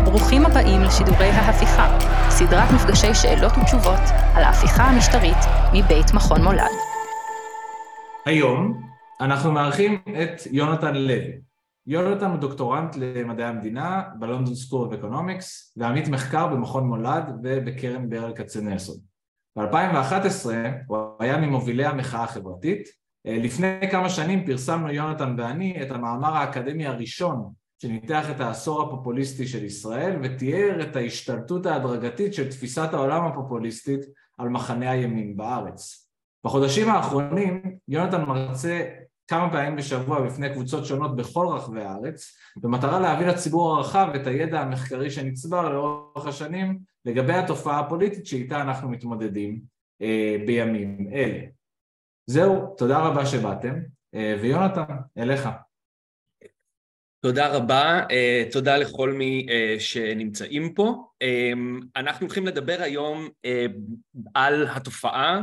ברוכים הבאים לשידורי ההפיכה, סדרת מפגשי שאלות ותשובות על ההפיכה המשטרית מבית מכון מולד. היום אנחנו מארחים את יונתן לוי. יונתן הוא דוקטורנט למדעי המדינה בלונדון סקול אוף אקונומיקס ועמית מחקר במכון מולד ובקרן ברל כצנלסון. ב-2011 הוא היה ממובילי המחאה החברתית. לפני כמה שנים פרסמנו יונתן ואני את המאמר האקדמי הראשון שניתח את העשור הפופוליסטי של ישראל ותיאר את ההשתלטות ההדרגתית של תפיסת העולם הפופוליסטית על מחנה הימין בארץ. בחודשים האחרונים יונתן מרצה כמה פעמים בשבוע בפני קבוצות שונות בכל רחבי הארץ, במטרה להביא לציבור הרחב את הידע המחקרי שנצבר לאורך השנים לגבי התופעה הפוליטית שאיתה אנחנו מתמודדים בימים אלה. זהו, תודה רבה שבאתם, ויונתן, אליך. תודה רבה, תודה לכל מי שנמצאים פה. אנחנו הולכים לדבר היום על התופעה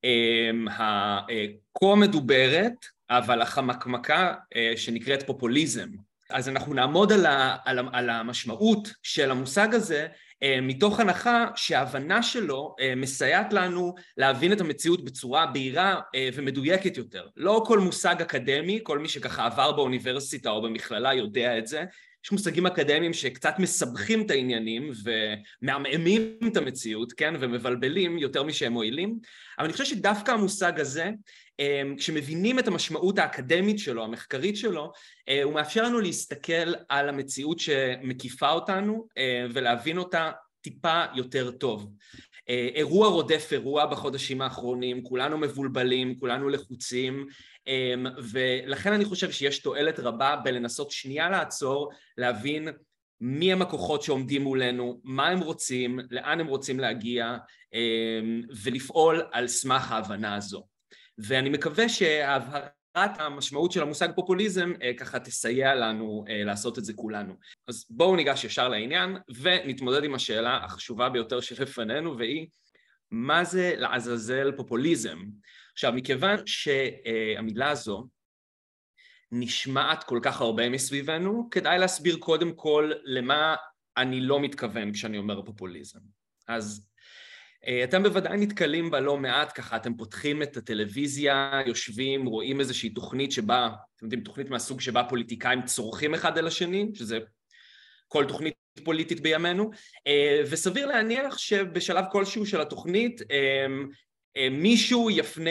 הכה מדוברת, אבל החמקמקה שנקראת פופוליזם. אז אנחנו נעמוד על המשמעות של המושג הזה, מתוך הנחה שההבנה שלו מסייעת לנו להבין את המציאות בצורה בהירה ומדויקת יותר. לא כל מושג אקדמי, כל מי שככה עבר באוניברסיטה או במכללה יודע את זה, יש מושגים אקדמיים שקצת מסבכים את העניינים ומעמעמים את המציאות, כן? ומבלבלים יותר משהם מועילים, אבל אני חושב שדווקא המושג הזה, כשמבינים את המשמעות האקדמית שלו, המחקרית שלו, הוא מאפשר לנו להסתכל על המציאות שמקיפה אותנו ולהבין אותה טיפה יותר טוב. אירוע רודף אירוע בחודשים האחרונים, כולנו מבולבלים, כולנו לחוצים, ולכן אני חושב שיש תועלת רבה בלנסות שנייה לעצור, להבין מי הם הכוחות שעומדים מולנו, מה הם רוצים, לאן הם רוצים להגיע, ולפעול על סמך ההבנה הזו. ואני מקווה שההבהרת המשמעות של המושג פופוליזם ככה תסייע לנו לעשות את זה כולנו. אז בואו ניגש ישר לעניין ונתמודד עם השאלה החשובה ביותר שלפנינו, והיא מה זה לעזאזל פופוליזם? עכשיו, מכיוון שהמילה הזו נשמעת כל כך הרבה מסביבנו, כדאי להסביר קודם כל למה אני לא מתכוון כשאני אומר פופוליזם. אז אתם בוודאי נתקלים בה לא מעט, ככה אתם פותחים את הטלוויזיה, יושבים, רואים איזושהי תוכנית שבה, אתם יודעים, תוכנית מהסוג שבה פוליטיקאים צורכים אחד אל השני, שזה כל תוכנית פוליטית בימינו, וסביר להניח שבשלב כלשהו של התוכנית, מישהו יפנה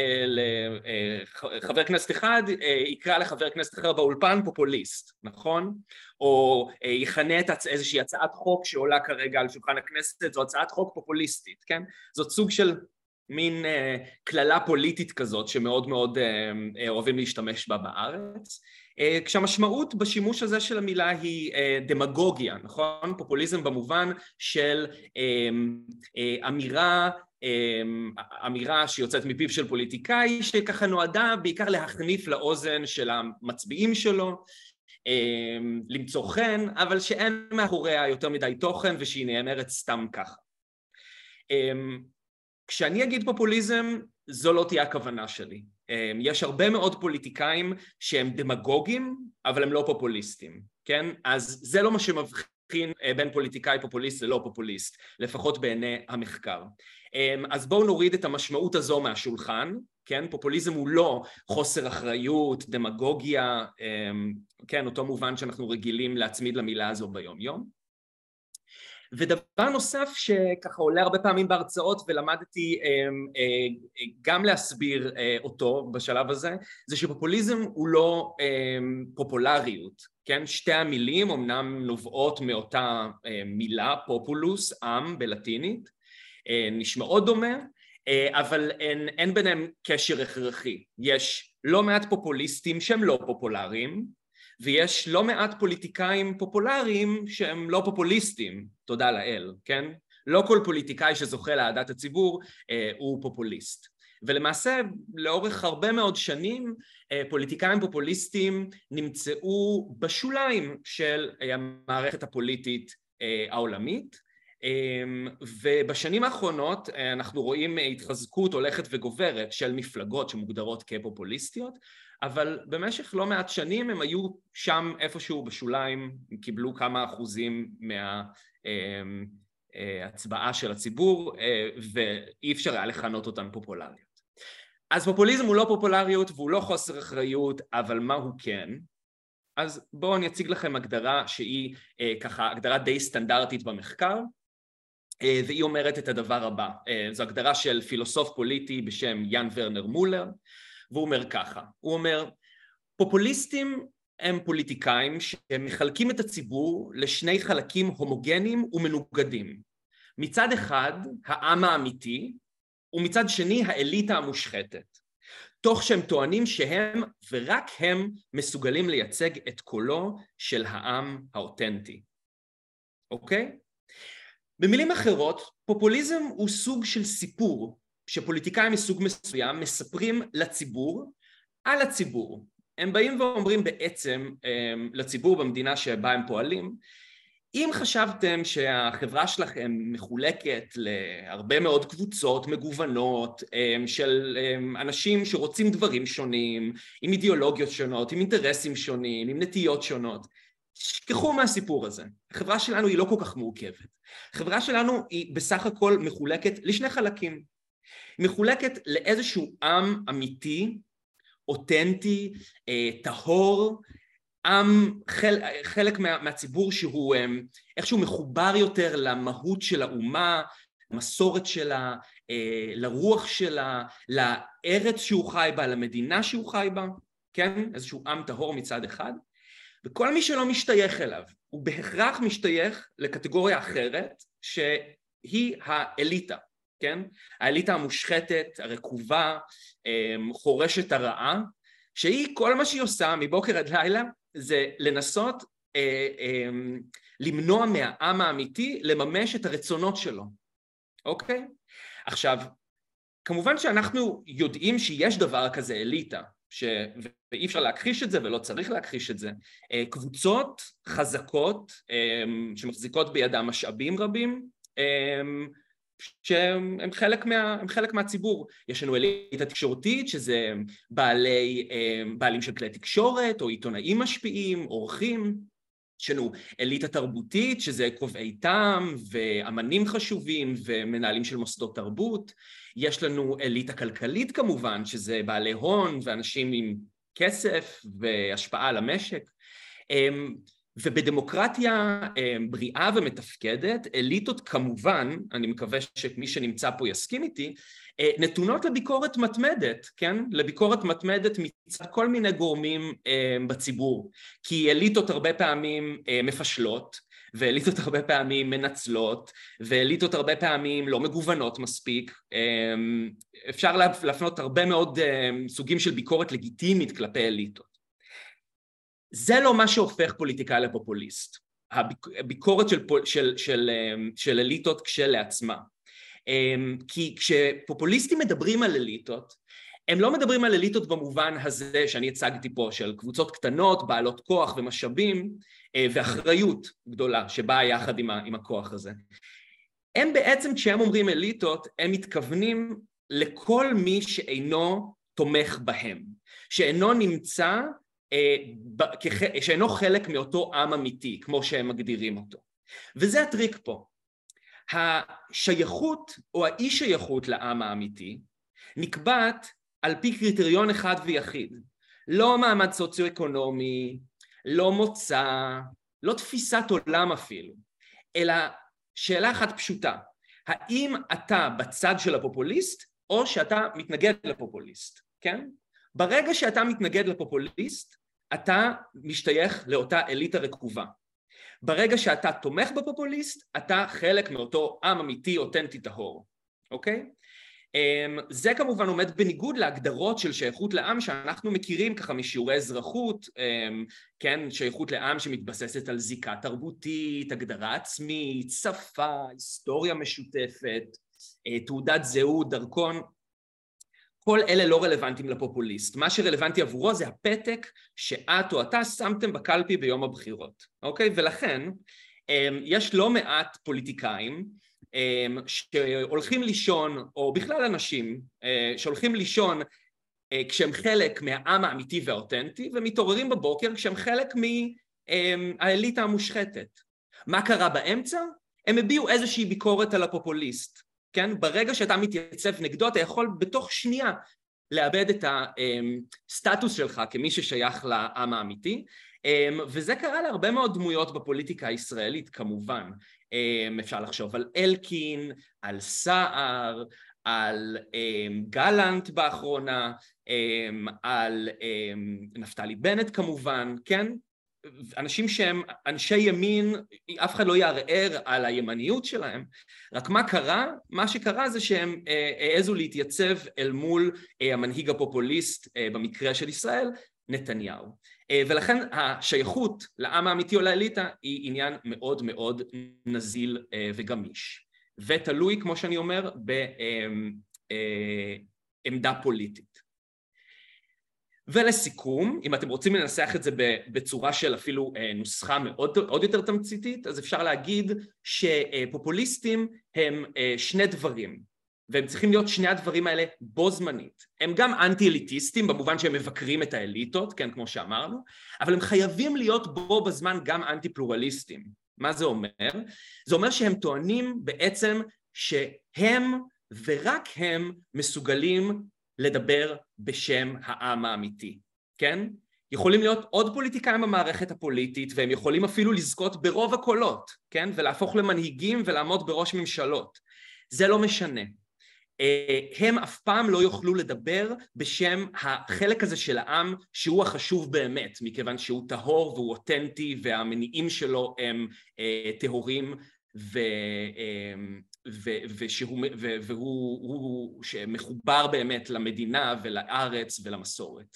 לחבר כנסת אחד, יקרא לחבר כנסת אחר באולפן פופוליסט, נכון? או יכנה את איזושהי הצעת חוק שעולה כרגע על שולחן הכנסת, זו הצעת חוק פופוליסטית, כן? זאת סוג של מין כללה פוליטית כזאת שמאוד מאוד אוהבים להשתמש בה בארץ, כשהמשמעות בשימוש הזה של המילה היא דמגוגיה, נכון? פופוליזם במובן של אמירה שיוצאת מפיו של פוליטיקאי, שככה נועדה בעיקר להכניף לאוזן של המצביעים שלו, למצוא חן, אבל שאין מאחוריה יותר מדי תוכן ושהיא נאמרת סתם ככה. כשאני אגיד פופוליזם, זו לא תהיה הכוונה שלי. יש הרבה מאוד פוליטיקאים שהם דמגוגים, אבל הם לא פופוליסטים, כן? אז זה לא מה שמבחין בין פוליטיקאי פופוליסט ללא פופוליסט, לפחות בעיני המחקר. אז בואו נוריד את המשמעות הזו מהשולחן, כן? פופוליזם הוא לא חוסר אחריות, דמגוגיה, כן? אותו מובן שאנחנו רגילים להצמיד למילה הזו ביום יום. ודבר נוסף שככה עולה הרבה פעמים בהרצאות ולמדתי גם להסביר אותו בשלב הזה, זה שפופוליזם הוא לא פופולריות, כן? שתי המילים אמנם נובעות מאותה מילה, פופולוס, עם בלטינית, נשמעות דומה, אבל אין ביניהם קשר הכרחי. יש לא מעט פופוליסטים שהם לא פופולריים, ויש לא מעט פוליטיקאים פופולריים שהם לא פופוליסטים, תודה לאל, כן? לא כל פוליטיקאי שזוכה לאהדת הציבור הוא פופוליסט. ולמעשה, לאורך הרבה מאוד שנים, פוליטיקאים פופוליסטים נמצאו בשוליים של המערכת הפוליטית העולמית, ובשנים האחרונות אנחנו רואים התחזקות הולכת וגוברת של מפלגות שמוגדרות כפופוליסטיות, אבל במשך לא מעט שנים הם היו שם איפשהו בשוליים, הם קיבלו כמה אחוזים מההצבעה של הציבור, ואי אפשר היה לכנות אותן פופולריות. אז פופוליזם הוא לא פופולריות והוא לא חוסר אחריות, אבל מה הוא כן? אז בואו אני אציג לכם הגדרה שהיא ככה הגדרה די סטנדרטית במחקר, והיא אומרת את הדבר הבא. זו הגדרה של פילוסוף פוליטי בשם יאן ורנר מולר, והוא אומר ככה, הוא אומר, פופוליסטים הם פוליטיקאים שמחלקים את הציבור לשני חלקים הומוגניים ומנוגדים. מצד אחד, העם האמיתי, ומצד שני, האליטה המושחתת. תוך שהם טוענים שהם ורק הם מסוגלים לייצג את קולו של העם האותנטי. אוקיי? במילים אחרות, פופוליזם הוא סוג של סיפור שפוליטיקאים מסוג מסוים מספרים לציבור על הציבור. הם באים ואומרים בעצם לציבור במדינה שבה הם פועלים, אם חשבתם שהחברה שלכם מחולקת להרבה מאוד קבוצות מגוונות של אנשים שרוצים דברים שונים, עם אידיאולוגיות שונות, עם אינטרסים שונים, עם נטיות שונות, שכחו מהסיפור הזה. החברה שלנו היא לא כל כך מורכבת. החברה שלנו היא בסך הכל מחולקת לשני חלקים. היא מחולקת לאיזשהו עם אמיתי, אותנטי, טהור, עם, חלק מהציבור שהוא איכשהו מחובר יותר למהות של האומה, למסורת שלה, לרוח שלה, לארץ שהוא חי בה, למדינה שהוא חי בה, כן? איזשהו עם טהור מצד אחד. וכל מי שלא משתייך אליו, הוא בהכרח משתייך לקטגוריה אחרת, שהיא האליטה, כן? האליטה המושחתת, הרקובה, חורשת הרעה, שהיא כל מה שהיא עושה מבוקר עד לילה, זה לנסות למנוע מהעם האמיתי לממש את הרצונות שלו, אוקיי? עכשיו, כמובן שאנחנו יודעים שיש דבר כזה אליטה, ואי אפשר להכחיש את זה ולא צריך להכחיש את זה. קבוצות חזקות שמחזיקות בידם משאבים רבים, שהם חלק מהציבור. יש לנו אליטה תקשורתית, שזה בעלים של כלי תקשורת, או עיתונאים משפיעים, עורכים. יש לנו אליטה תרבותית, שזה קובעי טעם, ואמנים חשובים, ומנהלים של מוסדות תרבות. יש לנו אליטה כלכלית כמובן, שזה בעלי הון, ואנשים עם כסף, והשפעה על המשק. ובדמוקרטיה בריאה ומתפקדת, אליטות כמובן, אני מקווה שמי שנמצא פה יסכים איתי, נתונות לביקורת מתמדת, כן? לביקורת מתמדת מצד כל מיני גורמים בציבור, כי אליטות הרבה פעמים מפשלות, ואליטות הרבה פעמים מנצלות, ואליטות הרבה פעמים לא מגוונות מספיק. אפשר להפנות הרבה מאוד סוגים של ביקורת לגיטימית כלפי אליטות. זה לא מה שהופך פוליטיקאי לפופוליסט, הביקורת של אליטות כשלעצמה. כי כשפופוליסטים מדברים על אליטות, הם לא מדברים על אליטות במובן הזה שאני הצגתי פה, של קבוצות קטנות, בעלות כוח ומשאבים, ואחריות גדולה שבאה יחד עם הכוח הזה. הם בעצם, כשהם אומרים אליטות, הם מתכוונים לכל מי שאינו תומך בהם, שאינו נמצא, שאינו חלק מאותו עם אמיתי, כמו שהם מגדירים אותו. וזה הטריק פה. השייכות או האי שייכות לעם האמיתי נקבעת על פי קריטריון אחד ויחיד. לא מעמד סוציו-אקונומי, לא מוצא, לא תפיסת עולם אפילו, אלא שאלה אחת פשוטה. האם אתה בצד של הפופוליסט או שאתה מתנגד לפופוליסט, כן? ברגע שאתה מתנגד לפופוליסט, אתה משתייך לאותה אליטה רקובה. ברגע שאתה תומך בפופוליסט, אתה חלק מאותו עם אמיתי, אותנטי, טהור. אוקיי? זה כמובן עומד בניגוד להגדרות של שייכות לעם שאנחנו מכירים ככה משיעורי אזרחות, כן? שייכות לעם שמתבססת על זיקה תרבותית, הגדרה עצמית, שפה, היסטוריה משותפת, תעודת זהות, דרכון. כל אלה לא רלוונטיים לפופוליסט. מה שרלוונטי עבורו זה הפתק שאת או אתה שמתם בקלפי ביום הבחירות. אוקיי? ולכן יש לא מעט פוליטיקאים שהולכים לישון, או בכלל אנשים שהולכים לישון כשהם חלק מהעם האמיתי והאותנטי, ומתעוררים בבוקר כשהם חלק מהאליטה המושחתת. מה קרה באמצע? הם הביעו איזושהי ביקורת על הפופוליסט, כן? ברגע שאתה מתייצב נגדו, אתה יכול בתוך שנייה לאבד את הסטטוס שלך כמי ששייך לעם האמיתי, וזה קרה להרבה מאוד דמויות בפוליטיקה הישראלית, כמובן. אפשר לחשוב על אלקין, על סער, על גלנט באחרונה, על נפתלי בנט כמובן, כן? אנשים שהם אנשי ימין, אף אחד לא יערער על הימניות שלהם, רק מה קרה? מה שקרה זה שהם העזו להתייצב אל מול המנהיג הפופוליסט במקרה של ישראל, נתניהו. ולכן השייכות לעם האמיתי או לאליטה היא עניין מאוד מאוד נזיל וגמיש. ותלוי, כמו שאני אומר, בעמדה פוליטית. ולסיכום, אם אתם רוצים לנסח את זה בצורה של אפילו נוסחה עוד יותר תמציתית, אז אפשר להגיד שפופוליסטים הם שני דברים, והם צריכים להיות שני הדברים האלה בו זמנית. הם גם אנטי-אליטיסטים, במובן שהם מבקרים את האליטות, כן, כמו שאמרנו, אבל הם חייבים להיות בו בזמן גם אנטי-פלורליסטים. מה זה אומר? זה אומר שהם טוענים בעצם שהם ורק הם מסוגלים לדבר בשם העם האמיתי, כן? יכולים להיות עוד פוליטיקאים במערכת הפוליטית, והם יכולים אפילו לזכות ברוב הקולות, כן? ולהפוך למנהיגים ולעמוד בראש ממשלות. זה לא משנה. הם אף פעם לא יוכלו לדבר בשם החלק הזה של העם שהוא החשוב באמת, מכיוון שהוא טהור והוא אותנטי והמניעים שלו הם טהורים והוא שמחובר באמת למדינה ולארץ ולמסורת.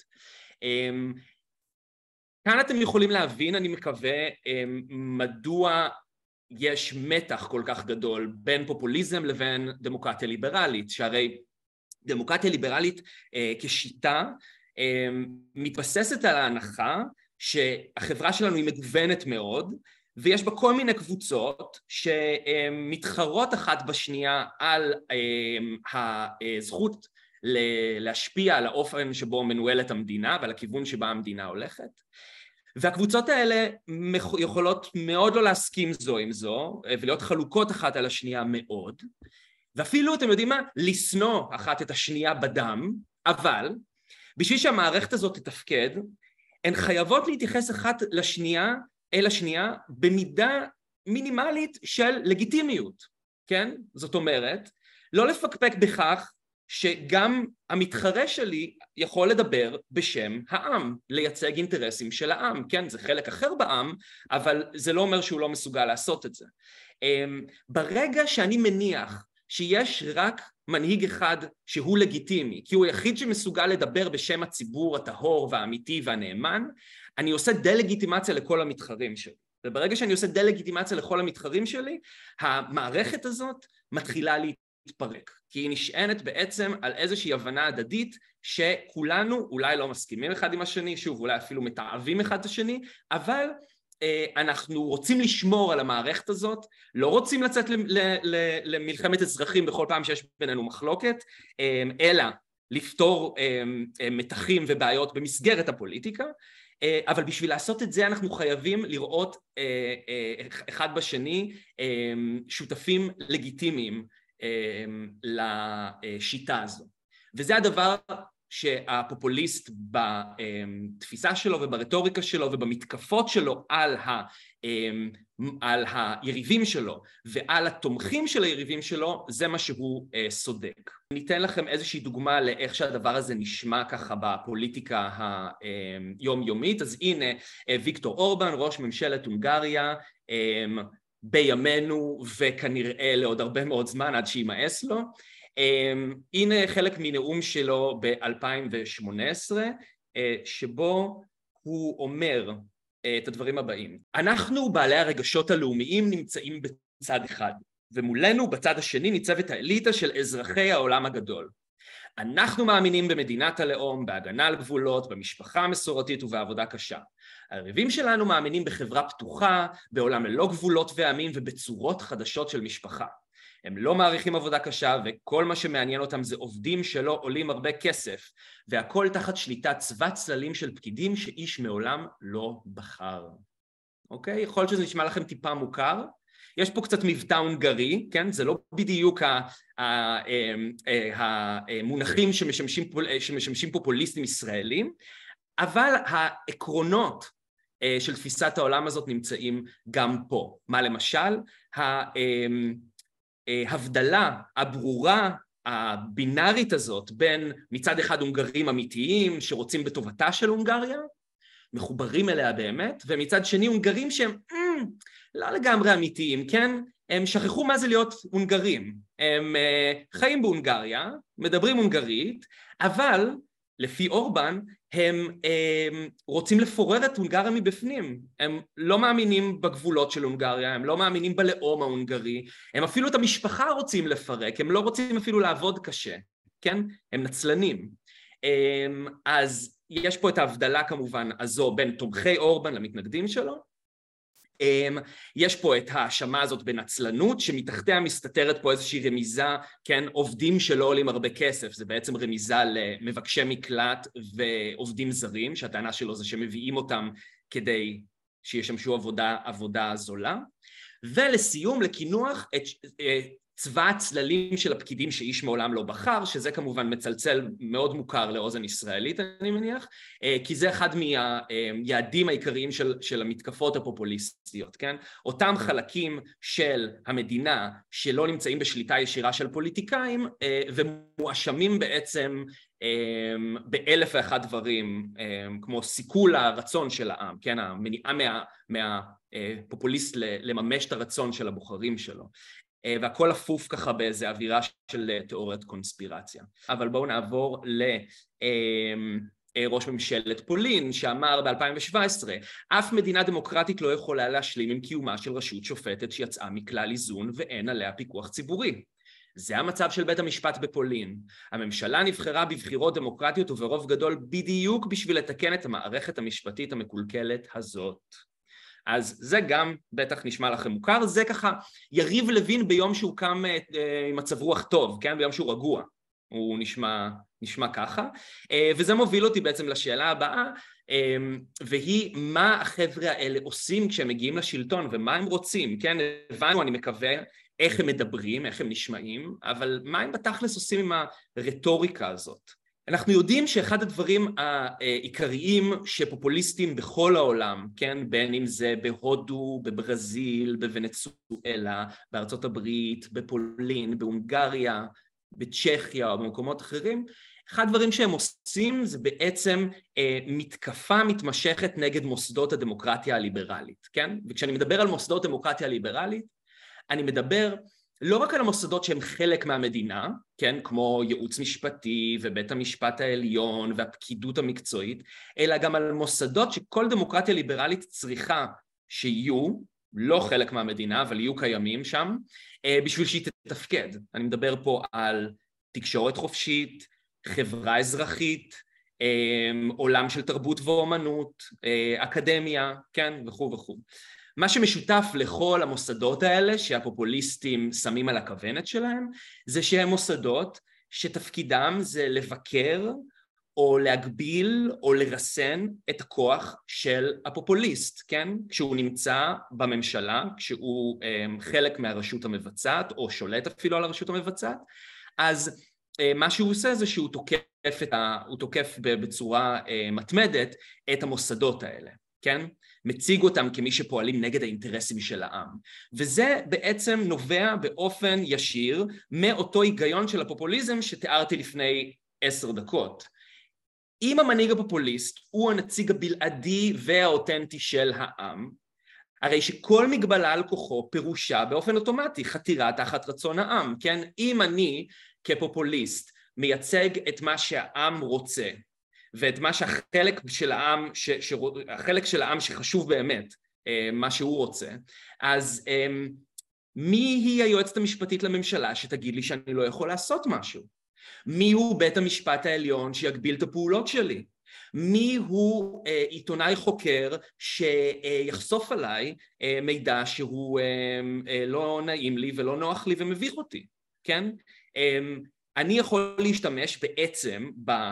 כאן אתם יכולים להבין, אני מקווה, מדוע יש מתח כל כך גדול בין פופוליזם לבין דמוקרטיה ליברלית, שהרי דמוקרטיה ליברלית כשיטה מתבססת על ההנחה שהחברה שלנו היא מגוונת מאוד, ויש בה כל מיני קבוצות שמתחרות אחת בשנייה על הזכות להשפיע על האופן שבו מנוהלת המדינה ועל הכיוון שבה המדינה הולכת. והקבוצות האלה יכולות מאוד לא להסכים זו עם זו, ולהיות חלוקות אחת על השנייה מאוד, ואפילו, אתם יודעים מה, לשנוא אחת את השנייה בדם, אבל בשביל שהמערכת הזאת תתפקד, הן חייבות להתייחס אחת לשנייה, אל השנייה, במידה מינימלית של לגיטימיות, כן? זאת אומרת, לא לפקפק בכך שגם המתחרה שלי יכול לדבר בשם העם, לייצג אינטרסים של העם, כן? זה חלק אחר בעם, אבל זה לא אומר שהוא לא מסוגל לעשות את זה. ברגע שאני מניח שיש רק מנהיג אחד שהוא לגיטימי, כי הוא היחיד שמסוגל לדבר בשם הציבור הטהור והאמיתי והנאמן, אני עושה דה-לגיטימציה לכל המתחרים שלי. וברגע שאני עושה דה-לגיטימציה לכל המתחרים שלי, המערכת הזאת מתחילה להתפרק, כי היא נשענת בעצם על איזושהי הבנה הדדית שכולנו אולי לא מסכימים אחד עם השני, שוב, אולי אפילו מתעבים אחד את השני, אבל אנחנו רוצים לשמור על המערכת הזאת, לא רוצים לצאת למלחמת אזרחים בכל פעם שיש בינינו מחלוקת, אלא לפתור מתחים ובעיות במסגרת הפוליטיקה, אבל בשביל לעשות את זה אנחנו חייבים לראות אחד בשני שותפים לגיטימיים לשיטה הזו. וזה הדבר שהפופוליסט בתפיסה שלו וברטוריקה שלו ובמתקפות שלו על היריבים שלו ועל התומכים של היריבים שלו, זה מה שהוא סודק. ניתן לכם איזושהי דוגמה לאיך שהדבר הזה נשמע ככה בפוליטיקה היומיומית. אז הנה ויקטור אורבן, ראש ממשלת הונגריה, בימינו וכנראה לעוד הרבה מאוד זמן עד שימאס לו. הנה חלק מנאום שלו ב-2018, שבו הוא אומר את הדברים הבאים: אנחנו בעלי הרגשות הלאומיים נמצאים בצד אחד, ומולנו בצד השני ניצבת האליטה של אזרחי העולם הגדול. אנחנו מאמינים במדינת הלאום, בהגנה על גבולות, במשפחה המסורתית ובעבודה קשה. היריבים שלנו מאמינים בחברה פתוחה, בעולם ללא גבולות ועמים ובצורות חדשות של משפחה. הם לא מעריכים עבודה קשה, וכל מה שמעניין אותם זה עובדים שלא עולים הרבה כסף, והכל תחת שליטת צבא צללים של פקידים שאיש מעולם לא בחר. אוקיי? יכול להיות שזה נשמע לכם טיפה מוכר. יש פה קצת מבטא הונגרי, כן? זה לא בדיוק המונחים שמשמשים פופוליסטים ישראלים, אבל העקרונות של תפיסת העולם הזאת נמצאים גם פה. מה למשל? ההבדלה הברורה, הבינארית הזאת, בין מצד אחד הונגרים אמיתיים שרוצים בטובתה של הונגריה, מחוברים אליה באמת, ומצד שני הונגרים שהם לא לגמרי אמיתיים, כן? הם שכחו מה זה להיות הונגרים. הם חיים בהונגריה, מדברים הונגרית, אבל לפי אורבן הם רוצים לפורר את הונגריה מבפנים. הם לא מאמינים בגבולות של הונגריה, הם לא מאמינים בלאום ההונגרי, הם אפילו את המשפחה רוצים לפרק, הם לא רוצים אפילו לעבוד קשה, כן? הם נצלנים. אז יש פה את ההבדלה כמובן הזו בין תומכי אורבן למתנגדים שלו, יש פה את האשמה הזאת בנצלנות, שמתחתיה מסתתרת פה איזושהי רמיזה, כן, עובדים שלא עולים הרבה כסף, זה בעצם רמיזה למבקשי מקלט ועובדים זרים, שהטענה שלו זה שמביאים אותם כדי שישמשו עבודה זולה, ולסיום לקינוח את צבא הצללים של הפקידים שאיש מעולם לא בחר, שזה כמובן מצלצל מאוד מוכר לאוזן ישראלית, אני מניח, כי זה אחד מהיעדים העיקריים של המתקפות הפופוליסטיות, כן? אותם חלקים של המדינה שלא נמצאים בשליטה ישירה של פוליטיקאים, ומואשמים בעצם באלף ואחד דברים, כמו סיכול הרצון של העם, כן? המניעה מהפופוליסט לממש את הרצון של הבוחרים שלו. והכל אפוף ככה באיזו אווירה של תיאוריית קונספירציה. אבל בואו נעבור לראש ממשלת פולין, שאמר ב-2017, אף מדינה דמוקרטית לא יכולה להשלים עם קיומה של רשות שופטת שיצאה מכלל איזון ואין עליה פיקוח ציבורי. זה המצב של בית המשפט בפולין. הממשלה נבחרה בבחירות דמוקרטיות וברוב גדול בדיוק בשביל לתקן את המערכת המשפטית המקולקלת הזאת. אז זה גם בטח נשמע לכם מוכר, זה ככה יריב לוין ביום שהוא קם עם מצב רוח טוב, כן? ביום שהוא רגוע, הוא נשמע ככה, וזה מוביל אותי בעצם לשאלה הבאה, והיא מה החבר'ה האלה עושים כשהם מגיעים לשלטון ומה הם רוצים, כן? הבנו, אני מקווה, איך הם מדברים, איך הם נשמעים, אבל מה הם בתכלס עושים עם הרטוריקה הזאת? אנחנו יודעים שאחד הדברים העיקריים שפופוליסטים בכל העולם, כן, בין אם זה בהודו, בברזיל, בוונצואלה, בארצות הברית, בפולין, בהונגריה, בצ'כיה או במקומות אחרים, אחד הדברים שהם עושים זה בעצם מתקפה מתמשכת נגד מוסדות הדמוקרטיה הליברלית, כן? וכשאני מדבר על מוסדות דמוקרטיה ליברלית, אני מדבר לא רק על המוסדות שהם חלק מהמדינה, כן, כמו ייעוץ משפטי ובית המשפט העליון והפקידות המקצועית, אלא גם על מוסדות שכל דמוקרטיה ליברלית צריכה שיהיו, לא חלק מהמדינה, אבל יהיו קיימים שם, בשביל שהיא תתפקד. אני מדבר פה על תקשורת חופשית, חברה אזרחית, עולם של תרבות ואומנות, אקדמיה, כן, וכו' וכו'. מה שמשותף לכל המוסדות האלה שהפופוליסטים שמים על הכוונת שלהם, זה שהם מוסדות שתפקידם זה לבקר או להגביל או לרסן את הכוח של הפופוליסט, כן? כשהוא נמצא בממשלה, כשהוא חלק מהרשות המבצעת או שולט אפילו על הרשות המבצעת, אז מה שהוא עושה זה שהוא תוקף בצורה מתמדת את המוסדות האלה, כן? מציג אותם כמי שפועלים נגד האינטרסים של העם. וזה בעצם נובע באופן ישיר מאותו היגיון של הפופוליזם שתיארתי לפני 10 דקות. אם המנהיג הפופוליסט הוא הנציג הבלעדי והאותנטי של העם, הרי שכל מגבלה על כוחו פירושה באופן אוטומטי חתירה תחת רצון העם, כן? אם אני כפופוליסט מייצג את מה שהעם רוצה, ואת מה שהחלק של העם שחשוב באמת, מה שהוא רוצה, אז מי היא היועצת המשפטית לממשלה שתגיד לי שאני לא יכול לעשות משהו? מי הוא בית המשפט העליון שיגביל את הפעולות שלי? מי הוא עיתונאי חוקר שיחשוף עליי מידע שהוא לא נעים לי ולא נוח לי ומביך אותי, כן? אני יכול להשתמש בעצם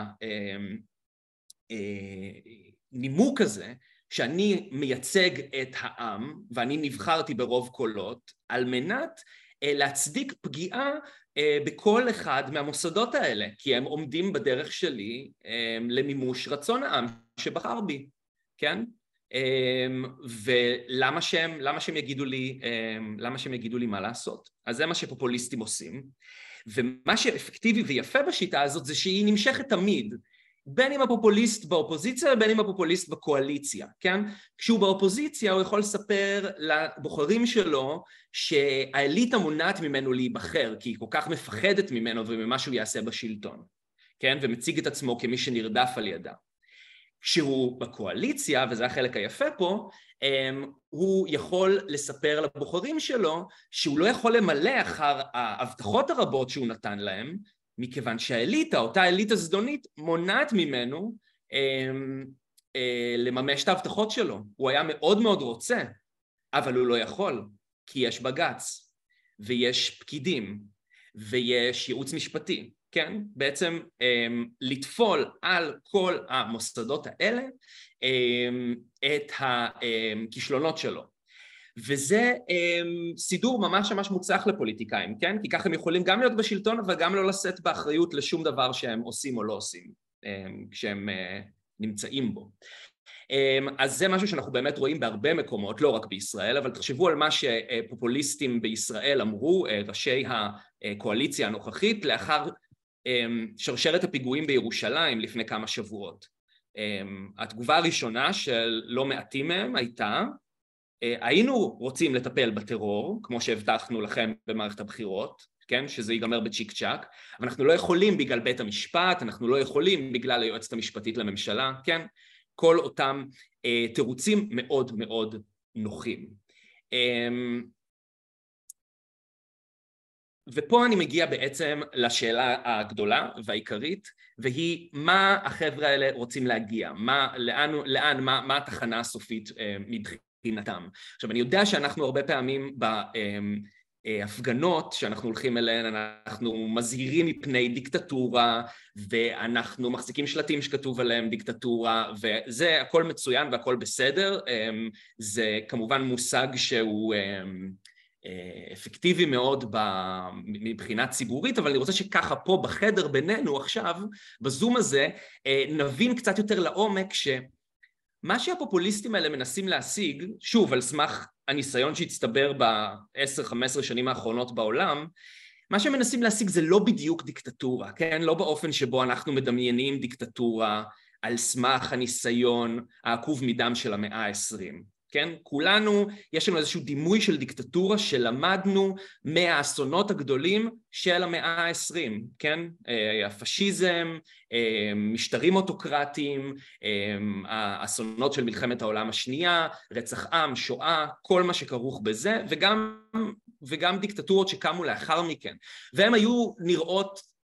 בנימוק הזה שאני מייצג את העם ואני נבחרתי ברוב קולות על מנת להצדיק פגיעה בכל אחד מהמוסדות האלה, כי הם עומדים בדרך שלי למימוש רצון העם שבחר בי, כן? ולמה שהם יגידו לי מה לעשות? אז זה מה שפופוליסטים עושים, ומה שאפקטיבי ויפה בשיטה הזאת זה שהיא נמשכת תמיד, בין אם הפופוליסט באופוזיציה ובין אם הפופוליסט בקואליציה, כן? כשהוא באופוזיציה הוא יכול לספר לבוחרים שלו שהאליטה מונעת ממנו להיבחר, כי היא כל כך מפחדת ממנו וממה שהוא יעשה בשלטון, כן? ומציג את עצמו כמי שנרדף על ידה. כשהוא בקואליציה, וזה החלק היפה פה, הוא יכול לספר לבוחרים שלו שהוא לא יכול למלא אחר ההבטחות הרבות שהוא נתן להם, מכיוון שהאליטה, אותה אליטה זדונית, מונעת ממנו לממש את ההבטחות שלו. הוא היה מאוד מאוד רוצה, אבל הוא לא יכול, כי יש בג"ץ, ויש פקידים, ויש ייעוץ משפטי, כן? בעצם לטפול על כל המוסדות האלה את הכישלונות שלו. וזה סידור ממש ממש מוצלח לפוליטיקאים, כן? כי ככה הם יכולים גם להיות בשלטון, אבל גם לא לשאת באחריות לשום דבר שהם עושים או לא עושים, כשהם נמצאים בו. אז זה משהו שאנחנו באמת רואים בהרבה מקומות, לא רק בישראל, אבל תחשבו על מה שפופוליסטים בישראל אמרו, ראשי הקואליציה הנוכחית, לאחר שרשרת הפיגועים בירושלים לפני כמה שבועות. התגובה הראשונה של לא מעטים מהם הייתה, היינו רוצים לטפל בטרור, כמו שהבטחנו לכם במערכת הבחירות, כן? שזה ייגמר בצ'יק צ'אק, אבל אנחנו לא יכולים בגלל בית המשפט, אנחנו לא יכולים בגלל היועצת המשפטית לממשלה, כן? כל אותם תירוצים מאוד מאוד נוחים. ופה אני מגיע בעצם לשאלה הגדולה והעיקרית, והיא מה החבר'ה האלה רוצים להגיע, מה התחנה הסופית מבחינתם. עכשיו, אני יודע שאנחנו הרבה פעמים בהפגנות שאנחנו הולכים אליהן, אנחנו מזהירים מפני דיקטטורה, ואנחנו מחזיקים שלטים שכתוב עליהם דיקטטורה, וזה הכל מצוין והכל בסדר, זה כמובן מושג שהוא אפקטיבי מאוד מבחינה ציבורית, אבל אני רוצה שככה פה בחדר בינינו עכשיו, בזום הזה, נבין קצת יותר לעומק שמה שהפופוליסטים האלה מנסים להשיג, שוב, על סמך הניסיון שהצטבר ב-10-15 שנים האחרונות בעולם, מה שהם מנסים להשיג זה לא בדיוק דיקטטורה, כן? לא באופן שבו אנחנו מדמיינים דיקטטורה על סמך הניסיון העקוב מדם של המאה ה-20. כן? כולנו, יש לנו איזשהו דימוי של דיקטטורה שלמדנו מהאסונות הגדולים של המאה ה-20, כן? הפשיזם, משטרים אוטוקרטיים, האסונות של מלחמת העולם השנייה, רצח עם, שואה, כל מה שכרוך בזה, וגם דיקטטורות שקמו לאחר מכן. והן היו נראות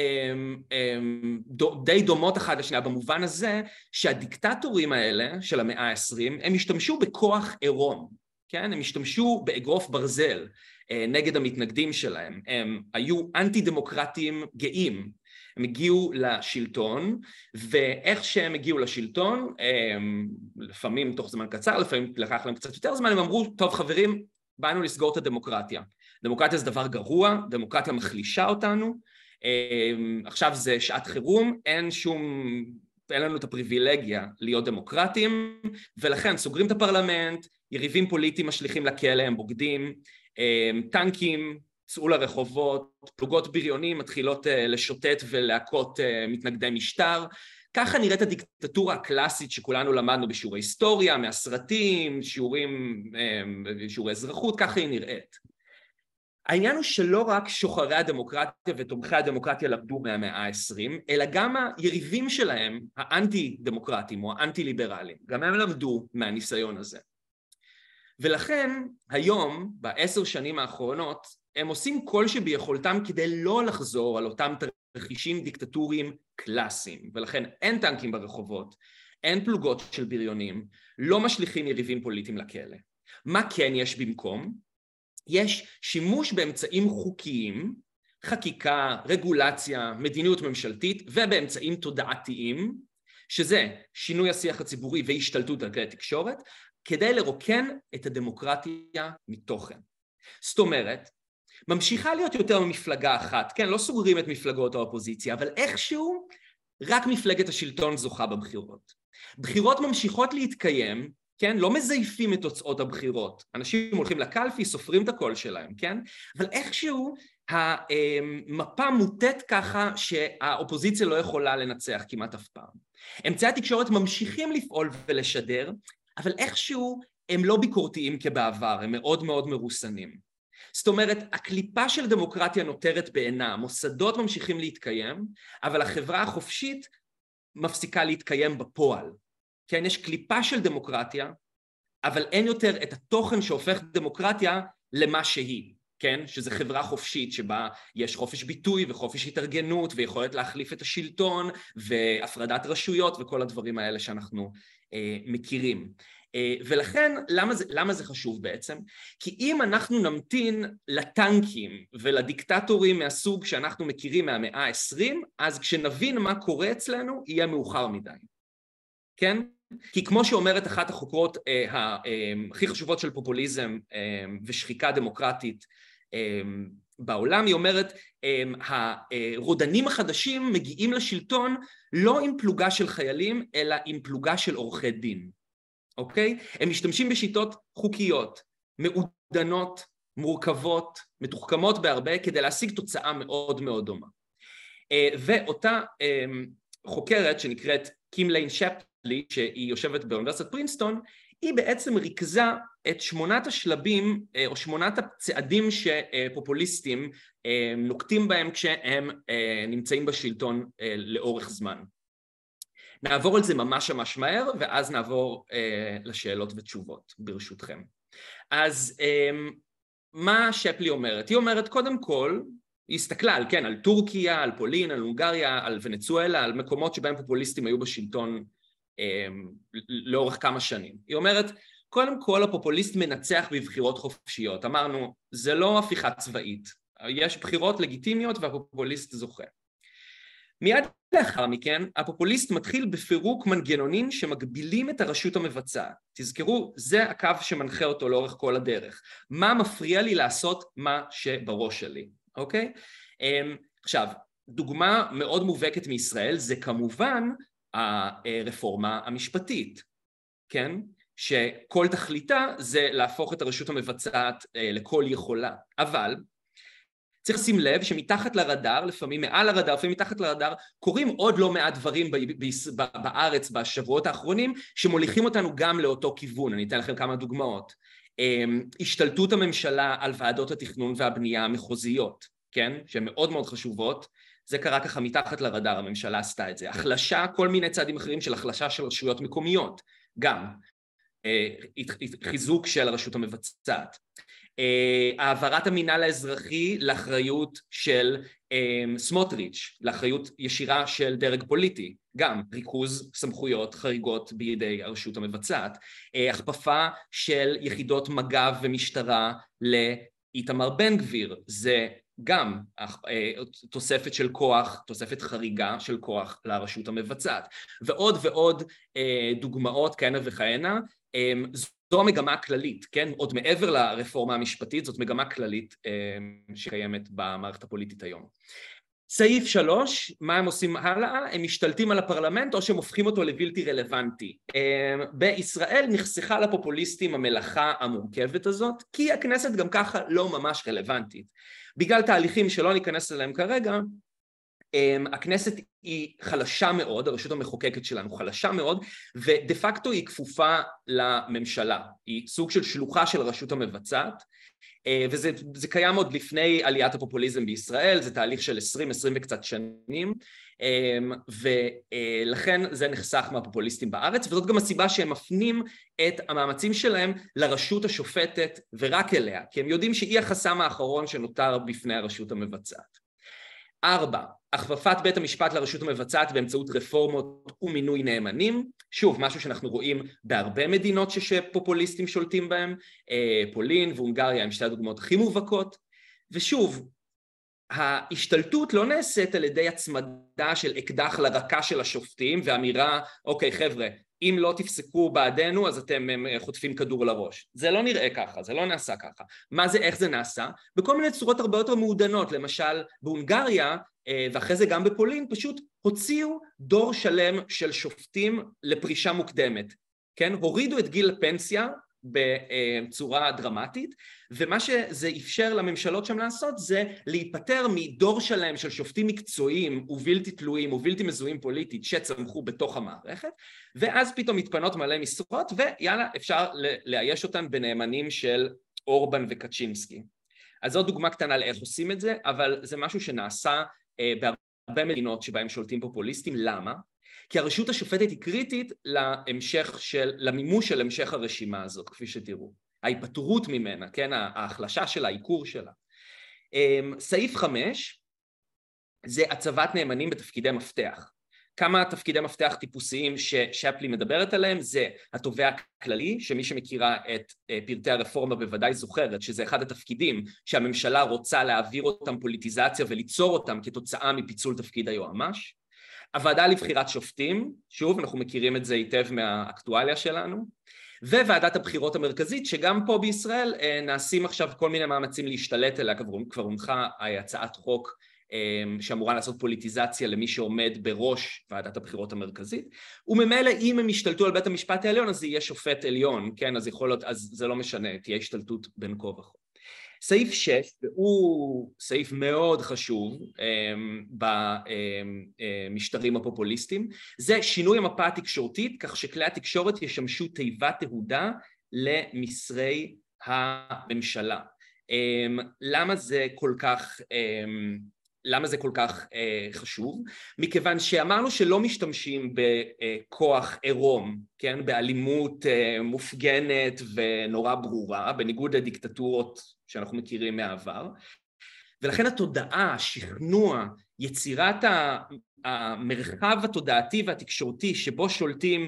די דומות אחת לשנייה במובן הזה שהדיקטטורים האלה של המאה ה-20 הם השתמשו בכוח עירום, כן? הם השתמשו באגרוף ברזל נגד המתנגדים שלהם, הם היו אנטי דמוקרטיים גאים, הם הגיעו לשלטון ואיך שהם הגיעו לשלטון, לפעמים תוך זמן קצר, לפעמים לקח להם קצת יותר זמן, הם אמרו טוב חברים באנו לסגור את הדמוקרטיה, דמוקרטיה זה דבר גרוע, דמוקרטיה מחלישה אותנו, עכשיו זה שעת חירום, אין לנו את הפריבילגיה להיות דמוקרטים, ולכן סוגרים את הפרלמנט, יריבים פוליטיים משליכים לכלא, הם בוגדים, טנקים, צאו לרחובות, פלוגות בריונים מתחילות לשוטט ולהכות מתנגדי משטר, ככה נראית הדיקטטורה הקלאסית שכולנו למדנו בשיעורי היסטוריה, מהסרטים, שיעורי אזרחות, ככה היא נראית. העניין הוא שלא רק שוחרי הדמוקרטיה ותומכי הדמוקרטיה למדו מהמאה ה-20, אלא גם היריבים שלהם, האנטי-דמוקרטים או האנטי-ליברליים, גם הם למדו מהניסיון הזה. ולכן היום, ב10 שנים האחרונות, הם עושים כל שביכולתם כדי לא לחזור על אותם תרחישים דיקטטוריים קלאסיים, ולכן אין טנקים ברחובות, אין פלוגות של בריונים, לא משליכים יריבים פוליטיים לכלא. מה כן יש במקום? יש שימוש באמצעים חוקיים, חקיקה, רגולציה, מדיניות ממשלתית, ובאמצעים תודעתיים, שזה שינוי השיח הציבורי והשתלטות על כלי תקשורת, כדי לרוקן את הדמוקרטיה מתוכן. זאת אומרת, ממשיכה להיות יותר ממפלגה אחת, כן, לא סוגרים את מפלגות האופוזיציה, אבל איכשהו רק מפלגת השלטון זוכה בבחירות. בחירות ממשיכות להתקיים, כן, לא מזייפים את תוצאות הבחירות, אנשים הולכים לקלפי, סופרים את הקול שלהם, כן, אבל איכשהו המפה מוטט ככה שהאופוזיציה לא יכולה לנצח כמעט אף פעם. אמצעי התקשורת ממשיכים לפעול ולשדר, אבל איכשהו הם לא ביקורתיים כבעבר, הם מאוד מאוד מרוסנים. זאת אומרת, הקליפה של דמוקרטיה נותרת בעינה, מוסדות ממשיכים להתקיים, אבל החברה החופשית מפסיקה להתקיים בפועל. כן, יש קליפה של דמוקרטיה, אבל אין יותר את התוכן שהופך דמוקרטיה למה שהיא, כן? שזה חברה חופשית שבה יש חופש ביטוי וחופש התארגנות ויכולת להחליף את השלטון והפרדת רשויות וכל הדברים האלה שאנחנו מכירים. ולכן, למה זה חשוב בעצם? כי אם אנחנו נמתין לטנקים ולדיקטטורים מהסוג שאנחנו מכירים מהמאה ה-20, אז כשנבין מה קורה אצלנו, יהיה מאוחר מדי. כן? כי כמו שאומרת אחת החוקרות הכי חשובות של פופוליזם ושחיקה דמוקרטית בעולם, היא אומרת, הרודנים החדשים מגיעים לשלטון לא עם פלוגה של חיילים, אלא עם פלוגה של עורכי דין. אוקיי? הם משתמשים בשיטות חוקיות, מעודנות, מורכבות, מתוחכמות בהרבה, כדי להשיג תוצאה מאוד מאוד דומה. ואותה חוקרת שנקראת קים ליין שפלי, שהיא יושבת באוניברסיטת פרינסטון, היא בעצם ריכזה את 8 השלבים או 8 הצעדים שפופוליסטים נוקטים בהם כשהם נמצאים בשלטון לאורך זמן. נעבור על זה ממש מהר, ואז נעבור לשאלות ותשובות, ברשותכם. אז מה שפלי אומרת? היא אומרת, קודם כל, היא הסתכלה על, כן, על טורקיה, על פולין, על הונגריה, על ונצואלה, על מקומות שבהם פופוליסטים היו בשלטון לאורך כמה שנים. היא אומרת, קודם כל, הפופוליסט מנצח בבחירות חופשיות. אמרנו, זה לא הפיכה צבאית. יש בחירות לגיטימיות והפופוליסט זוכה. מיד לאחר מכן, הפופוליסט מתחיל בפירוק מנגנונים שמגבילים את הרשות המבצעת. תזכרו, זה הקו שמנחה אותו לאורך כל הדרך. מה מפריע לי לעשות מה שבראש שלי, אוקיי? עכשיו, דוגמה מאוד מובהקת מישראל זה כמובן הרפורמה המשפטית, כן? שכל תכליתה זה להפוך את הרשות המבצעת לכל יכולה. אבל צריך לשים לב שמתחת לרדאר, לפעמים מעל הרדאר, לפעמים מתחת לרדאר, קורים עוד לא מעט דברים בארץ בשבועות האחרונים, שמוליכים אותנו גם לאותו כיוון. אני אתן לכם כמה דוגמאות. השתלטות הממשלה על ועדות התכנון והבנייה המחוזיות, כן? שהן מאוד מאוד חשובות. זה קרה ככה מתחת לרדאר, הממשלה עשתה את זה. החלשה, כל מיני צעדים אחרים של החלשה של רשויות מקומיות, גם. חיזוק של הרשות המבצעת. העברת המינהל האזרחי לאחריות של סמוטריץ', לאחריות ישירה של דרג פוליטי, גם ריכוז סמכויות חריגות בידי הרשות המבצעת, הכפפה של יחידות מג"ב ומשטרה לאיתמר בן גביר, זה גם תוספת של כוח, תוספת חריגה של כוח לרשות המבצעת, ועוד ועוד דוגמאות כהנה וכהנה. זו המגמה הכללית, כן? עוד מעבר לרפורמה המשפטית, זאת מגמה כללית שקיימת במערכת הפוליטית היום. סעיף 3, מה הם עושים הלאה? הם משתלטים על הפרלמנט או שהם הופכים אותו לבלתי רלוונטי. בישראל נחסכה לפופוליסטים המלאכה המורכבת הזאת, כי הכנסת גם ככה לא ממש רלוונטית. בגלל תהליכים שלא ניכנס אליהם כרגע, הכנסת היא חלשה מאוד, הרשות המחוקקת שלנו חלשה מאוד, ודה פקטו היא כפופה לממשלה, היא סוג של שלוחה של הרשות המבצעת, וזה קיים עוד לפני עליית הפופוליזם בישראל, זה תהליך של 20 וקצת שנים, ולכן זה נחסך מהפופוליסטים בארץ, וזאת גם הסיבה שהם מפנים את המאמצים שלהם לרשות השופטת ורק אליה, כי הם יודעים שהיא החסם האחרון שנותר בפני הרשות המבצעת. 4. הכפפת בית המשפט לרשות המבצעת באמצעות רפורמות ומינוי נאמנים, שוב, משהו שאנחנו רואים בהרבה מדינות שפופוליסטים שולטים בהם, פולין והונגריה הם שתי הדוגמאות הכי מובהקות, ושוב, ההשתלטות לא נעשית על ידי הצמדה של אקדח לרקה של השופטים, ואמירה, אוקיי חבר'ה, אם לא תפסקו בעדנו, אז אתם חוטפים כדור לראש. זה לא נראה ככה, זה לא נעשה ככה. מה זה, איך זה נעשה? בכל מיני צורות הרבה יותר מעודנות, למשל בהונגריה, ואחרי זה גם בפולין, פשוט הוציאו דור שלם של שופטים לפרישה מוקדמת, כן? הורידו את גיל הפנסיה בצורה דרמטית, ומה שזה אפשר לממשלות שם לעשות זה להיפטר מדור שלם של שופטים מקצועיים ובלתי תלויים ובלתי מזוהים פוליטית שצמחו בתוך המערכת, ואז פתאום מתפנות מלא משרות, ויאללה, אפשר לאייש אותן בנאמנים של אורבן וקצ'ינסקי. אז זו דוגמה קטנה לאיך עושים את זה, אבל זה משהו שנעשה בהרבה מדינות שבהם שולטים פופוליסטים. למה? כי הרשות השופטת היא קריטית למימוש של המשך הרשימה הזאת, כפי שתראו. ההיפטרות ממנה, כן? ההחלשה שלה, העיקור שלה. סעיף 5 זה הצבת נאמנים בתפקידי מפתח. כמה תפקידי מפתח טיפוסיים ששפלי מדברת עליהם, זה התובע הכללי, שמי שמכירה את פרטי הרפורמה בוודאי זוכרת, שזה אחד התפקידים שהממשלה רוצה להעביר אותם פוליטיזציה וליצור אותם כתוצאה מפיצול תפקיד היועמ"ש. הוועדה לבחירת שופטים, שוב אנחנו מכירים את זה היטב מהאקטואליה שלנו, וועדת הבחירות המרכזית, שגם פה בישראל נעשים עכשיו כל מיני מאמצים להשתלט אליה, כבר הונחה הצעת חוק שאמורה לעשות פוליטיזציה למי שעומד בראש ועדת הבחירות המרכזית, וממילא אם הם ישתלטו על בית המשפט העליון, אז זה יהיה שופט עליון, כן? אז יכול להיות, אז זה לא משנה, תהיה השתלטות בין כה וכה. סעיף 6, והוא סעיף מאוד חשוב במשטרים הפופוליסטיים, זה שינוי המפה התקשורתית, כך שכלי התקשורת ישמשו תיבת תהודה למסרי הממשלה. למה זה כל כך חשוב? מכיוון שאמרנו שלא משתמשים בכוח עירום, כן? באלימות מופגנת ונורא ברורה, בניגוד לדיקטטורות שאנחנו מכירים מהעבר, ולכן התודעה, השכנוע, יצירת המרחב התודעתי והתקשורתי שבו שולטים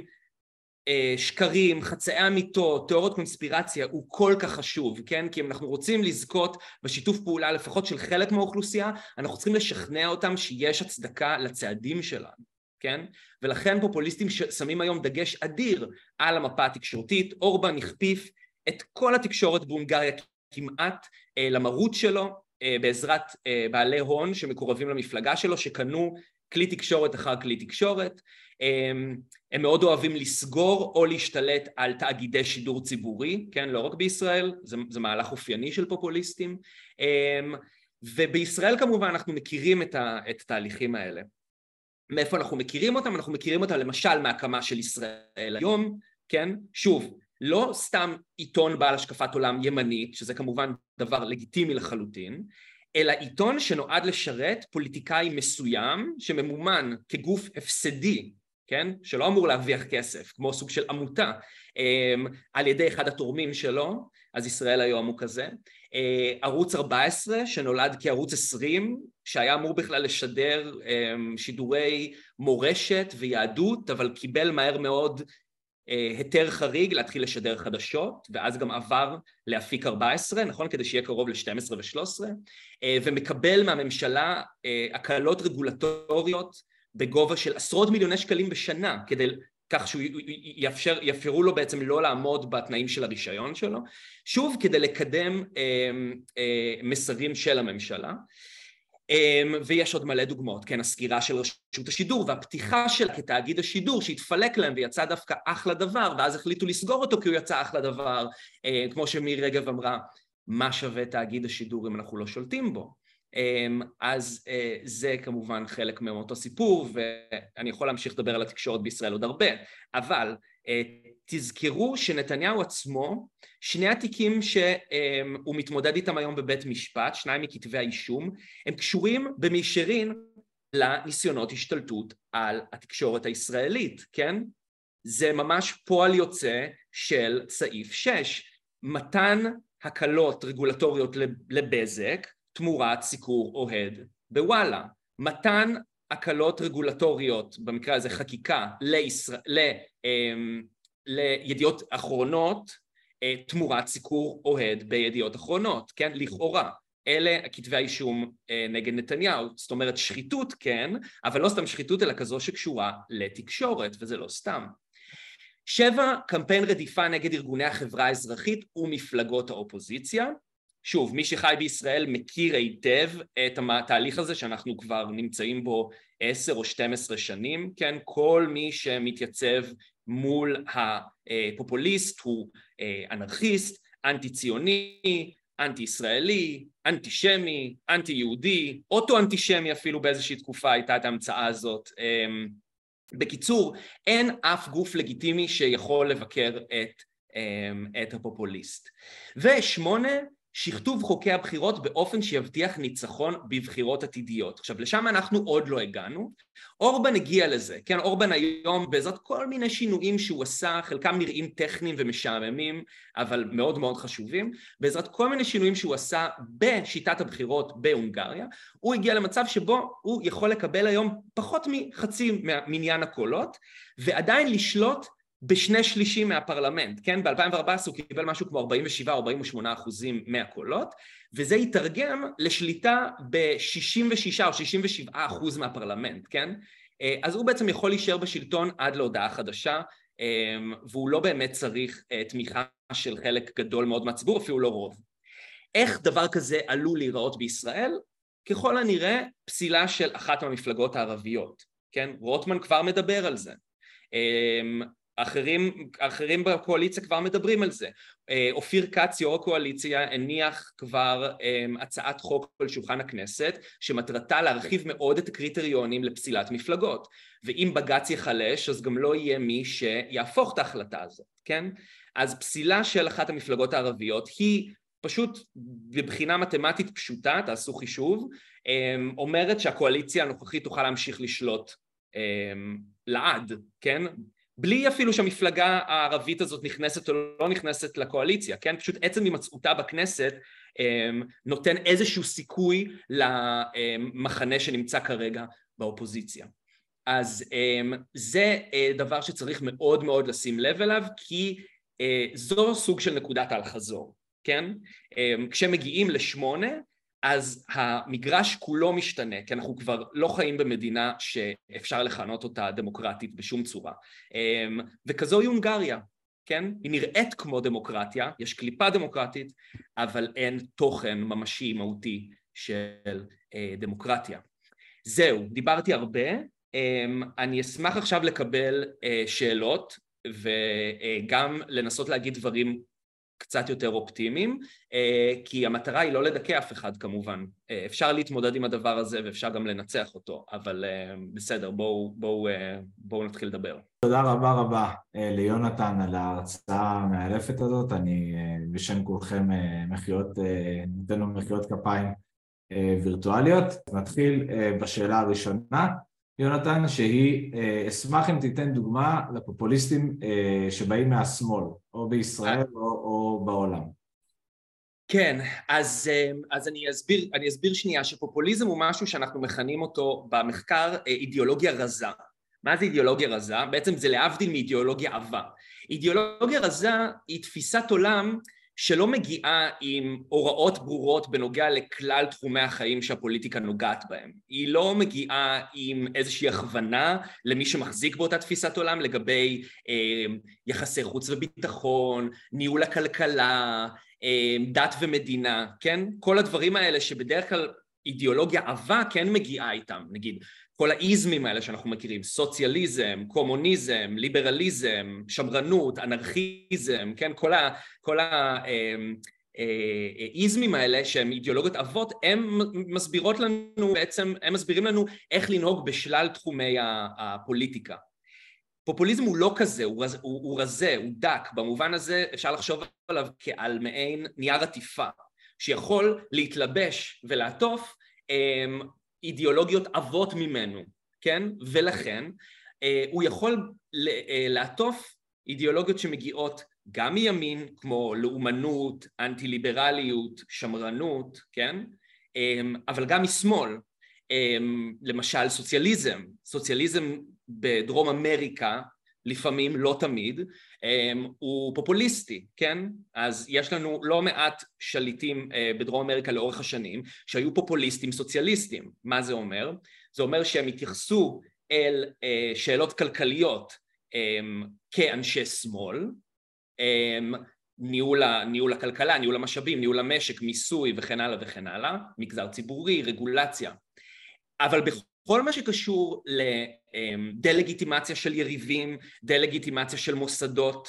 שקרים, חצאי אמיתות, תיאוריות קונספירציה, הוא כל כך חשוב, כן? כי אם אנחנו רוצים לזכות בשיתוף פעולה לפחות של חלק מהאוכלוסייה, אנחנו צריכים לשכנע אותם שיש הצדקה לצעדים שלנו, כן? ולכן פופוליסטים שמים היום דגש אדיר על המפה התקשורתית. אורבן הכפיף את כל התקשורת בהונגריה כמעט למרות שלו, בעזרת בעלי הון שמקורבים למפלגה שלו, שקנו כלי תקשורת אחר כלי תקשורת. הם מאוד אוהבים לסגור או להשתלט על תאגידי שידור ציבורי, כן, לא רק בישראל, זה מהלך אופייני של פופוליסטים, ובישראל כמובן אנחנו מכירים את התהליכים האלה. מאיפה אנחנו מכירים אותם? אנחנו מכירים אותם למשל מהקמה של ישראל היום, כן, שוב, לא סתם עיתון בעל השקפת עולם ימנית, שזה כמובן דבר לגיטימי לחלוטין, אלא עיתון שנועד לשרת פוליטיקאי מסוים שממומן כגוף הפסדי, כן? שלא אמור להרוויח כסף, כמו סוג של עמותה, על ידי אחד התורמים שלו, אז ישראל היום הוא כזה. ערוץ 14 שנולד כערוץ 20, שהיה אמור בכלל לשדר שידורי מורשת ויהדות, אבל קיבל מהר מאוד היתר חריג להתחיל לשדר חדשות, ואז גם עבר להפיק 14, נכון? כדי שיהיה קרוב ל-12 ו-13, ומקבל מהממשלה הקלות רגולטוריות בגובה של עשרות מיליוני שקלים בשנה, כדי כך שהוא יאפשרו לו בעצם לא לעמוד בתנאים של הרישיון שלו, שוב כדי לקדם מסרים של הממשלה. ויש עוד מלא דוגמאות, כן, הסגירה של רשות השידור והפתיחה שלה כתאגיד השידור שהתפלק להם ויצא דווקא אחלה דבר, ואז החליטו לסגור אותו כי הוא יצא אחלה דבר, כמו שמירי רגב אמרה, מה שווה תאגיד השידור אם אנחנו לא שולטים בו? אז זה כמובן חלק מאותו סיפור, ואני יכול להמשיך לדבר על התקשורת בישראל עוד הרבה, אבל תזכרו שנתניהו עצמו, שני התיקים שהוא מתמודד איתם היום בבית משפט, שניים מכתבי האישום, הם קשורים במישרין לניסיונות השתלטות על התקשורת הישראלית, כן? זה ממש פועל יוצא של סעיף 6, מתן הקלות רגולטוריות לבזק, תמורת סיקור אוהד בוואלה. מתן הקלות רגולטוריות, במקרה הזה חקיקה, לידיעות אחרונות, תמורת סיקור אוהד בידיעות אחרונות, כן? לכאורה. אלה כתבי האישום נגד נתניהו, זאת אומרת שחיתות כן, אבל לא סתם שחיתות אלא כזו שקשורה לתקשורת, וזה לא סתם. 7, קמפיין רדיפה נגד ארגוני החברה האזרחית ומפלגות האופוזיציה. שוב, מי שחי בישראל מכיר היטב את התהליך הזה שאנחנו כבר נמצאים בו 10 או 12 שנים, כן? כל מי שמתייצב מול הפופוליסט הוא אנרכיסט, אנטי-ציוני, אנטי-ישראלי, אנטישמי, אנטי-יהודי, אוטו-אנטישמי אפילו באיזושהי תקופה הייתה את ההמצאה הזאת. בקיצור, אין אף גוף לגיטימי שיכול לבקר את הפופוליסט. ו8, שכתוב חוקי הבחירות באופן שיבטיח ניצחון בבחירות עתידיות. עכשיו, לשם אנחנו עוד לא הגענו. אורבן הגיע לזה, כן? אורבן היום בעזרת כל מיני שינויים שהוא עשה, חלקם נראים טכניים ומשעממים, אבל מאוד מאוד חשובים. בעזרת כל מיני שינויים שהוא עשה בשיטת הבחירות בהונגריה, הוא הגיע למצב שבו הוא יכול לקבל היום פחות מחצי מניין הקולות, ועדיין לשלוט ב2/3 מהפרלמנט, כן? ב-2014 הוא קיבל משהו כמו 47-48% מהקולות, וזה יתרגם לשליטה ב-66 או 67% מהפרלמנט, כן? אז הוא בעצם יכול להישאר בשלטון עד להודעה חדשה, והוא לא באמת צריך תמיכה של חלק גדול מאוד מהציבור, אפילו לא רוב. איך דבר כזה עלול להיראות בישראל? ככל הנראה פסילה של אחת מהמפלגות הערביות, כן? רוטמן כבר מדבר על זה. אחרים בקואליציה כבר מדברים על זה. אופיר כץ, יו"ר הקואליציה, הניח כבר הצעת חוק על שולחן הכנסת, שמטרתה להרחיב מאוד את הקריטריונים לפסילת מפלגות. ואם בג"ץ יחלש, אז גם לא יהיה מי שיהפוך את ההחלטה הזאת, כן? אז פסילה של אחת המפלגות הערביות היא פשוט בבחינה מתמטית פשוטה, תעשו חישוב, אומרת שהקואליציה הנוכחית תוכל להמשיך לשלוט לעד, כן? בלי אפילו שהמפלגה הערבית הזאת נכנסת או לא נכנסת לקואליציה, כן? פשוט עצם הימצאותה בכנסת נותן איזשהו סיכוי למחנה שנמצא כרגע באופוזיציה. אז זה דבר שצריך מאוד מאוד לשים לב אליו, כי זו סוג של נקודת האל-חזור, כן? כשמגיעים ל8, אז המגרש כולו משתנה, כי אנחנו כבר לא חיים במדינה שאפשר לכנות אותה דמוקרטית בשום צורה. וכזו היא הונגריה, כן? היא נראית כמו דמוקרטיה, יש קליפה דמוקרטית, אבל אין תוכן ממשי, מהותי של דמוקרטיה. זהו, דיברתי הרבה, אני אשמח עכשיו לקבל שאלות, וגם לנסות להגיד דברים קצת יותר אופטימיים, כי המטרה היא לא לדכא אף אחד כמובן. אפשר להתמודד עם הדבר הזה ואפשר גם לנצח אותו, אבל בסדר, בואו נתחיל לדבר. תודה רבה רבה ליונתן על ההרצאה המאלפת הזאת, אני בשם כולכם ניתן לו מחיאות כפיים וירטואליות. נתחיל בשאלה הראשונה, יונתן, שהיא, אשמח אם תיתן דוגמה לפופוליסטים שבאים מהשמאל, או בישראל או בעולם. כן, אז אני אסביר שנייה שפופוליזם הוא משהו שאנחנו מכנים אותו במחקר אידיאולוגיה רזה. מה זה אידיאולוגיה רזה? בעצם זה להבדיל מאידיאולוגיה עבה. אידיאולוגיה רזה היא תפיסת עולם שלא מגיעה עם הוראות ברורות בנוגע לכלל תחומי החיים שהפוליטיקה נוגעת בהם. היא לא מגיעה עם איזושהי הכוונה למי שמחזיק באותה תפיסת עולם לגבי יחסי חוץ וביטחון, ניהול הכלכלה, דת ומדינה, כן? כל הדברים האלה שבדרך כלל אידיאולוגיה עבה כן מגיעה איתם, נגיד כל האיזמים האלה שאנחנו מכירים, סוציאליזם, קומוניזם, ליברליזם, שמרנות, אנרכיזם, כן? כל האיזמים האלה שהם אידיאולוגיות אבות, הם מסבירות לנו בעצם, הם מסבירים לנו איך לנהוג בשלל תחומי הפוליטיקה. פופוליזם הוא לא כזה, הוא רזה, הוא דק, במובן הזה אפשר לחשוב עליו כעל מעין נייר עטיפה, שיכול להתלבש ולעטוף אידיאולוגיות אבות ממנו, כן? ולכן הוא יכול לעטוף אידיאולוגיות שמגיעות גם מימין, כמו לאומנות, אנטי-ליברליות, שמרנות, כן? אבל גם משמאל. למשל סוציאליזם בדרום אמריקה, לפעמים, לא תמיד, הוא פופוליסטי, כן? אז יש לנו לא מעט שליטים בדרום אמריקה לאורך השנים, שהיו פופוליסטים סוציאליסטים. מה זה אומר? זה אומר שהם התייחסו אל שאלות כלכליות כאנשי שמאל, ניהול הכלכלה, ניהול המשאבים, ניהול המשק, מיסוי וכן הלאה וכן הלאה, מגזר ציבורי, רגולציה. אבל בכל מה שקשור לדלגיטימציה של יריבים, דלגיטימציה של מוסדות,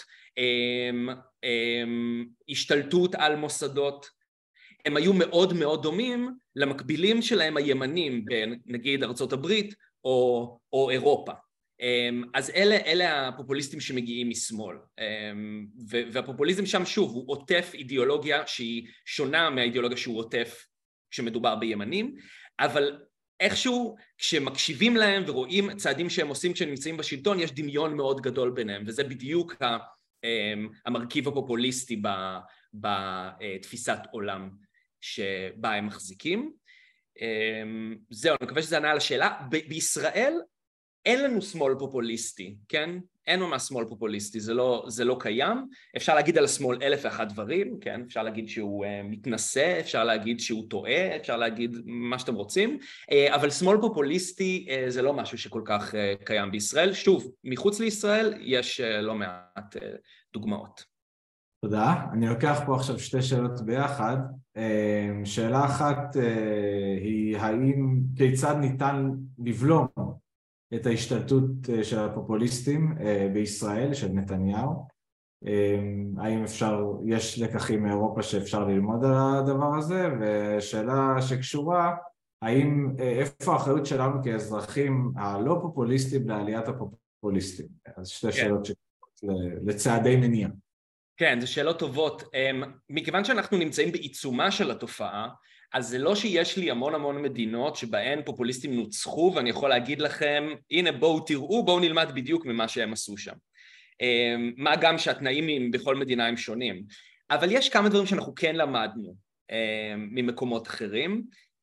השתלטות על מוסדות, הם היו מאוד מאוד דומים למקבילים שלהם הימנים בין נגיד ארצות הברית או אירופה. אז אלה הפופוליסטים שמגיעים משמאל, והפופוליזם שם שוב הוא עוטף אידיאולוגיה שהיא שונה מהאידיאולוגיה שהוא עוטף כשמדובר בימנים, אבל איכשהו כשמקשיבים להם ורואים צעדים שהם עושים כשהם נמצאים בשלטון, יש דמיון מאוד גדול ביניהם, וזה בדיוק המרכיב הפופוליסטי בתפיסת עולם שבה הם מחזיקים. זהו, אני מקווה שזה ענה על השאלה. בישראל אין לנו שמאל פופוליסטי, כן? אין ממש שמאל פופוליסטי, זה לא קיים. אפשר להגיד על השמאל 1,001 דברים, כן? אפשר להגיד שהוא מתנשא, אפשר להגיד שהוא טועה, אפשר להגיד מה שאתם רוצים, אבל שמאל פופוליסטי זה לא משהו שכל כך קיים בישראל. שוב, מחוץ לישראל יש לא מעט דוגמאות. תודה. אני לוקח פה עכשיו שתי שאלות ביחד. שאלה אחת היא כיצד ניתן לבלום את ההשתלטות של הפופוליסטים בישראל, של נתניהו. האם יש לקחים מאירופה שאפשר ללמוד על הדבר הזה? ושאלה שקשורה, איפה האחריות שלנו כאזרחים הלא פופוליסטים לעליית הפופוליסטים? אז שתי שאלות שקשורות לצעדי מניעה. כן, זה שאלות טובות. מכיוון שאנחנו נמצאים בעיצומה של התופעה, אז זה לא שיש לי המון מדינות שבהן פופוליסטים נוצחו, ואני יכול להגיד לכם, הנה בואו תראו, בואו נלמד בדיוק ממה שהם עשו שם. מה גם שהתנאים בכל מדינה הם שונים. אבל יש כמה דברים שאנחנו כן למדנו ממקומות אחרים,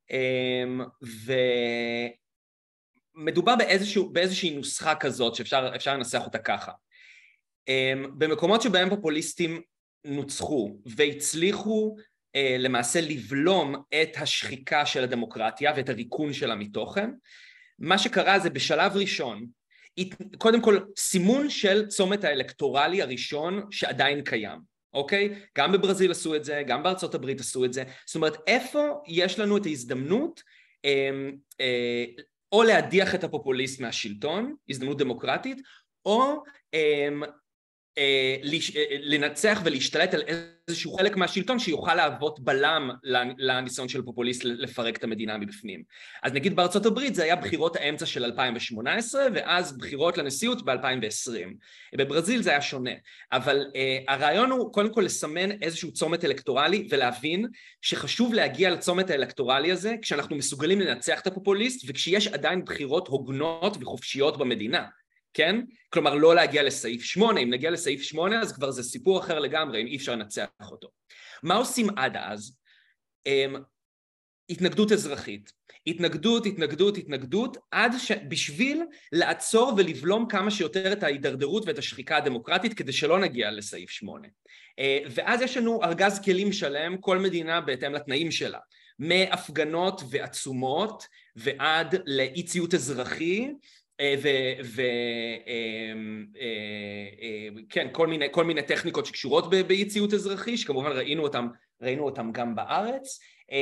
ומדובר באיזושהי נוסחה כזאת שאפשר לנסח אותה ככה. במקומות שבהם פופוליסטים נוצחו והצליחו למעשה לבלום את השחיקה של הדמוקרטיה ואת הריקון שלה מתוכן, מה שקרה זה בשלב ראשון, קודם כל סימון של צומת האלקטורלי הראשון שעדיין קיים, אוקיי? גם בברזיל עשו את זה, גם בארצות הברית עשו את זה, זאת אומרת איפה יש לנו את ההזדמנות או להדיח את הפופוליסט מהשלטון, הזדמנות דמוקרטית, או לנצח ולהשתלט על איזשהו חלק מהשלטון שיוכל להוות בלם לניסיון של פופוליסט לפרק את המדינה מבפנים. אז נגיד בארצות הברית זה היה בחירות האמצע של 2018 ואז בחירות לנשיאות ב-2020. בברזיל זה היה שונה, אבל הרעיון הוא קודם כל לסמן איזשהו צומת אלקטורלי ולהבין שחשוב להגיע לצומת האלקטורלי הזה כשאנחנו מסוגלים לנצח את הפופוליסט וכשיש עדיין בחירות הוגנות וחופשיות במדינה. כן? כלומר, לא להגיע לסעיף 8, אם נגיע לסעיף 8, אז כבר זה סיפור אחר לגמרי, אם אי אפשר לנצח אותו. מה עושים עד אז? התנגדות אזרחית. התנגדות, בשביל לעצור ולבלום כמה שיותר את ההידרדרות ואת השחיקה הדמוקרטית, כדי שלא נגיע לסעיף 8. ואז יש לנו ארגז כלים שלם, כל מדינה בהתאם לתנאים שלה. מהפגנות ועצומות, ועד לאי ציות אזרחי, כן, כל מיני טכניקות שקשורות באי ציות אזרחי, שכמובן ראינו אותם גם בארץ,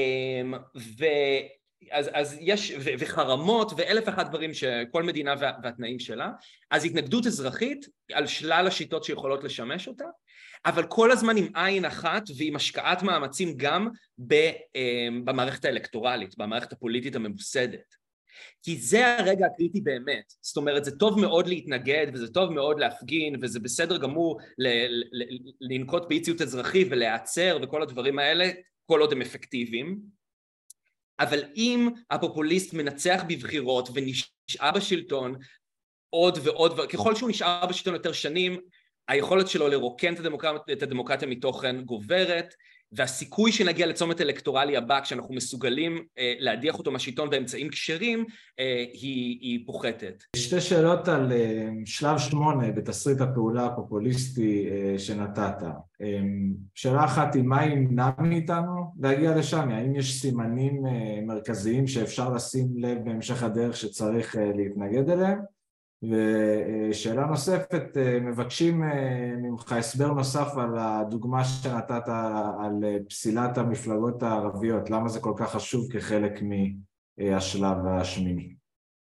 אז יש, וחרמות ואלף אחד דברים שכל מדינה והתנאים שלה, אז התנגדות אזרחית על שלל השיטות שיכולות לשמש אותה, אבל כל הזמן עם עין אחת ועם השקעת מאמצים גם במערכת האלקטורלית, במערכת הפוליטית הממוסדת. כי זה הרגע הקריטי באמת, זאת אומרת זה טוב מאוד להתנגד וזה טוב מאוד להפגין וזה בסדר גמור לנקוט באי ציות אזרחי ולהיעצר וכל הדברים האלה כל עוד הם אפקטיביים, אבל אם הפופוליסט מנצח בבחירות ונשאר בשלטון עוד ועוד, ככל שהוא נשאר בשלטון יותר שנים, היכולת שלו לרוקן את הדמוקרטיה מתוכן גוברת, והסיכוי שנגיע לצומת אלקטורלי הבא, כשאנחנו מסוגלים להדיח אותו מהשלטון באמצעים כשרים, היא פוחתת. שתי שאלות על שלב 8 בתסריט הפעולה הפופוליסטי שנתת. שאלה אחת היא, מה ימנע מאיתנו להגיע לשם? האם יש סימנים מרכזיים שאפשר לשים לב בהמשך הדרך שצריך להתנגד אליהם? ושאלה נוספת, מבקשים ממך הסבר נוסף על הדוגמה שנתת על פסילת המפלגות הערביות, למה זה כל כך חשוב כחלק מהשלב השמיני?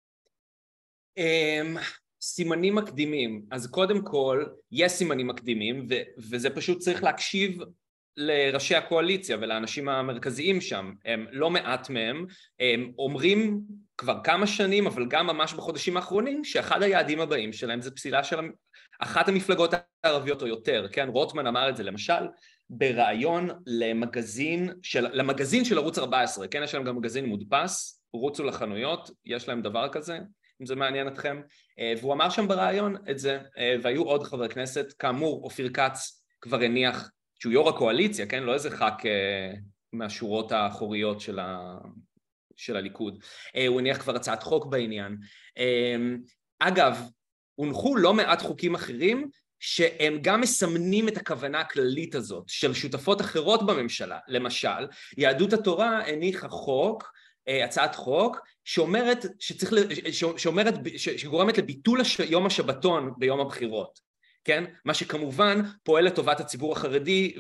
סימנים מקדימים, אז קודם כל יש סימנים מקדימים וזה פשוט צריך להקשיב לראשי הקואליציה ולאנשים המרכזיים שם, הם לא מעט מהם, הם אומרים כבר כמה שנים, אבל גם ממש בחודשים האחרונים, שאחד היעדים הבאים שלהם זה פסילה של אחת המפלגות הערביות או יותר, כן? רוטמן אמר את זה למשל, ברעיון למגזין של ערוץ 14, כן? יש להם גם מגזין מודפס, רוצו לחנויות, יש להם דבר כזה, אם זה מעניין אתכם, והוא אמר שם ברעיון את זה, והיו עוד חברי כנסת, כאמור, אופיר כץ כבר הניח, שהוא יו"ר הקואליציה, כן? לא איזה ח"כ מהשורות האחוריות של הליכוד. הוא הניח כבר הצעת חוק בעניין. אגב, הונחו לא מעט חוקים אחרים, שהם גם מסמנים את הכוונה הכללית הזאת, של שותפות אחרות בממשלה. למשל, יהדות התורה הניחה הצעת חוק, שגורמת לביטול יום השבתון ביום הבחירות. כן? מה שכמובן פועל לטובת הציבור החרדי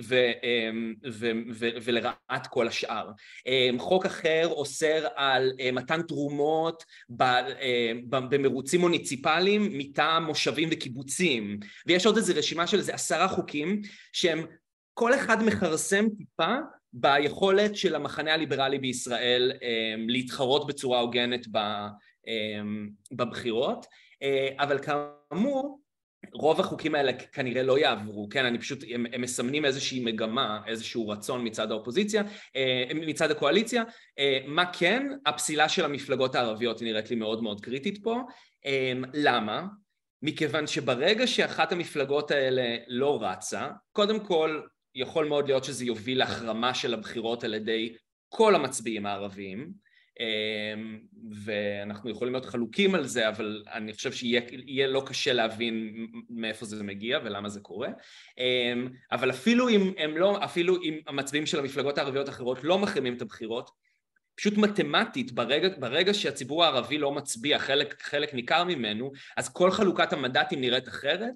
ולרעת כל השאר. חוק אחר אוסר על מתן תרומות במרוצים מוניציפליים מטעם מושבים וקיבוצים, ויש עוד איזו רשימה של איזה 10 חוקים שהם כל אחד מכרסם טיפה ביכולת של המחנה הליברלי בישראל להתחרות בצורה הוגנת בבחירות, אבל כאמור רוב החוקים האלה כנראה לא יעברו, כן, הם מסמנים איזושהי מגמה, איזשהו רצון מצד האופוזיציה, מצד הקואליציה. מה כן? הפסילה של המפלגות הערביות נראית לי מאוד מאוד קריטית פה. למה? מכיוון שברגע שאחת המפלגות האלה לא רצה, קודם כל יכול מאוד להיות שזה יוביל להחרמה של הבחירות על ידי כל המצביעים הערביים, ואנחנו יכולים להיות חלוקים על זה, אבל אני חושב שיהיה לא קשה להבין מאיפה זה מגיע ולמה זה קורה. אבל אפילו אם המצביעים של המפלגות הערביות האחרות לא מחרימים את הבחירות, פשוט מתמטית, ברגע שהציבור הערבי לא מצביע חלק ניכר ממנו, אז כל חלוקת המנדטים נראית אחרת,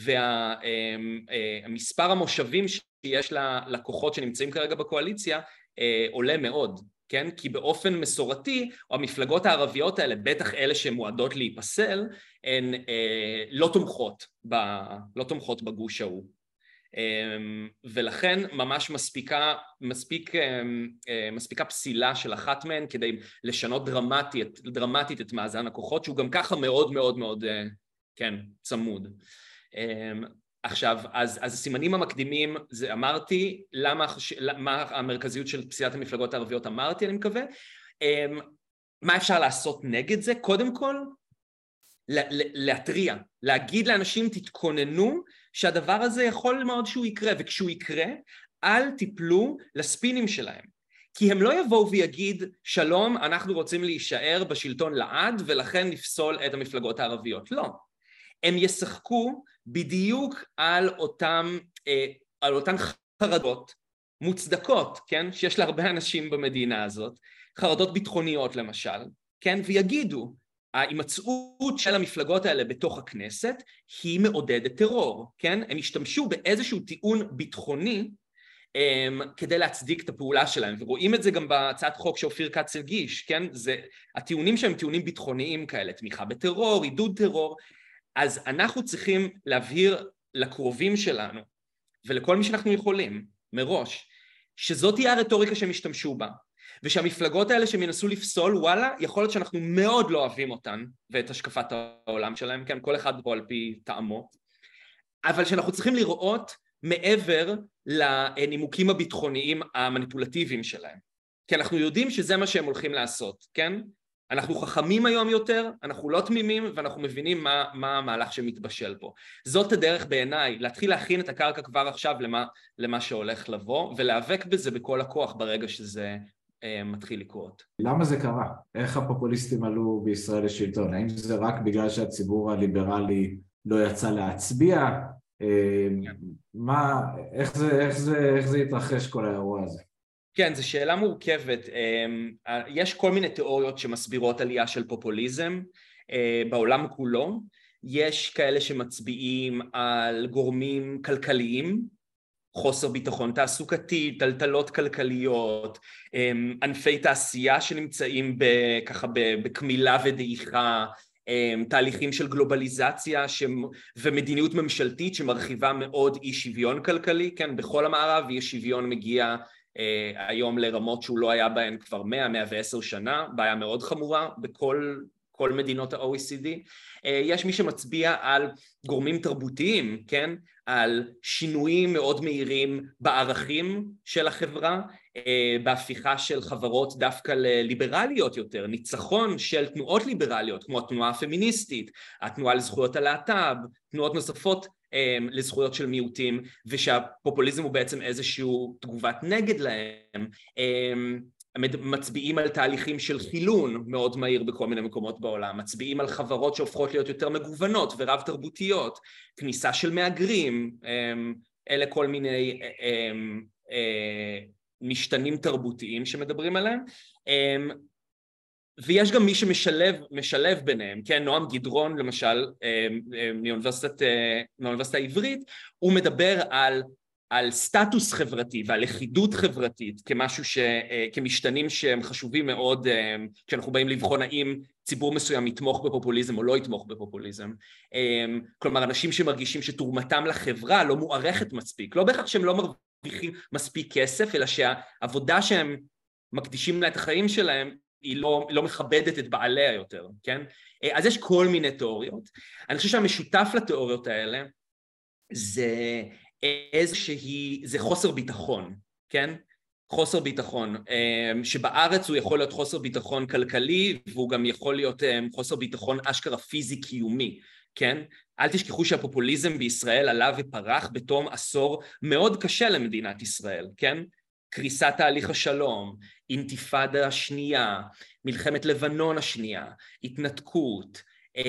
והמספר המושבים שיש לכוחות שנמצאים כרגע בקואליציה עולה מאוד. כן? כי באופן מסורתי, המפלגות הערביות האלה, בטח אלה שמועדות להיפסל, הן לא תומכות בגוש ההוא. ולכן ממש מספיקה פסילה של אחת מהן כדי לשנות דרמטית את מאזן הכוחות, שהוא גם ככה מאוד מאוד מאוד, כן, צמוד. עכשיו, אז הסימנים המקדימים, זה אמרתי, מה המרכזיות של פסילת המפלגות הערביות אמרתי, אני מקווה. מה אפשר לעשות נגד זה? קודם כל, להטריע, להגיד לאנשים תתכוננו שהדבר הזה יכול מאוד שהוא יקרה, וכשהוא יקרה, אל תיפלו לספינים שלהם. כי הם לא יבואו ויגיד, שלום, אנחנו רוצים להישאר בשלטון לעד, ולכן נפסול את המפלגות הערביות. לא. הם ישחקו בדיוק על אותן חרדות מוצדקות, כן? שיש להרבה אנשים במדינה הזאת, חרדות ביטחוניות למשל, כן? ויגידו, ההימצאות של המפלגות האלה בתוך הכנסת היא מעודדת טרור, כן? הם ישתמשו באיזשהו טיעון ביטחוני כדי להצדיק את הפעולה שלהם, ורואים את זה גם בהצעת חוק שאופיר כץ הגיש, כן? הטיעונים שהם טיעונים ביטחוניים כאלה, תמיכה בטרור, עידוד טרור, אז אנחנו צריכים להבהיר לקרובים שלנו, ולכל מי שאנחנו יכולים, מראש, שזאת תהיה הרטוריקה שהם ישתמשו בה, ושהמפלגות האלה שהם ינסו לפסול, וואלה, יכול להיות שאנחנו מאוד לא אוהבים אותן, ואת השקפת העולם שלהם, כן, כל אחד פה על פי טעמו, אבל שאנחנו צריכים לראות מעבר לנימוקים הביטחוניים המניפולטיביים שלהם, כי אנחנו יודעים שזה מה שהם הולכים לעשות, כן? אנחנו חכמים היום יותר, אנחנו לא תמימים, ואנחנו מבינים מה המהלך שמתבשל פה. זאת הדרך בעיניי, להתחיל להכין את הקרקע כבר עכשיו למה שהולך לבוא, ולהיאבק בזה בכל הכוח ברגע שזה מתחיל לקרות. למה זה קרה? איך הפופוליסטים עלו בישראל לשלטון? האם זה רק בגלל שהציבור הליברלי לא יצא להצביע? איך זה התרחש כל האירוע הזה? כן, זו שאלה מורכבת. יש כל מיני תיאוריות שמסבירות עלייה של פופוליזם בעולם כולו. יש כאלה שמצביעים על גורמים כלכליים, חוסר ביטחון תעסוקתי, טלטלות כלכליות, ענפי תעשייה שנמצאים ככה בקמילה ודעיכה, תהליכים של גלובליזציה ומדיניות ממשלתית שמרחיבה מאוד אי שוויון כלכלי, כן, בכל המערב אי שוויון מגיע היום לרמות שהוא לא היה בהן כבר 110 שנה, בעיה מאוד חמורה בכל מדינות ה-OECD. יש מי שמצביע על גורמים תרבותיים, כן? על שינויים מאוד מהירים בערכים של החברה, בהפיכה של חברות דווקא לליברליות יותר, ניצחון של תנועות ליברליות, כמו התנועה הפמיניסטית, התנועה לזכויות הלהט"ב, תנועות נוספות לזכויות של מיעוטים, ושהפופוליזם הוא בעצם איזשהו תגובת נגד להם. מצביעים על תהליכים של חילון מאוד מהיר בכל מיני מקומות בעולם, מצביעים על חברות שהופכות להיות יותר מגוונות ורב תרבותיות, כניסה של מהגרים, אלה כל מיני משתנים תרבותיים שמדברים עליהם, ויש גם מי שמשלב ביניהם, כן, נועם גדרון למשל מאוניברסיטה העברית, הוא מדבר על סטטוס חברתי ועל לכידות חברתית כמשהו כמשתנים שהם חשובים מאוד כשאנחנו באים לבחון האם ציבור מסוים יתמוך בפופוליזם או לא יתמוך בפופוליזם. כלומר, אנשים שמרגישים שתרומתם לחברה לא מוערכת מספיק, לא בהכרח שהם לא מרוויחים מספיק כסף, אלא שהעבודה שהם מקדישים לה את החיים שלהם היא לא מכבדת את בעליה יותר, כן? אז יש כל מיני תיאוריות. אני חושב שהמשותף לתיאוריות האלה זה חוסר ביטחון, כן? חוסר ביטחון, שבארץ הוא יכול להיות חוסר ביטחון כלכלי, והוא גם יכול להיות חוסר ביטחון אשכרה פיזי קיומי, כן? אל תשכחו שהפופוליזם בישראל עלה ופרח בתום עשור מאוד קשה למדינת ישראל, כן? קריסת תהליך השלום, אינתיפאדה השנייה, מלחמת לבנון השנייה, התנתקות,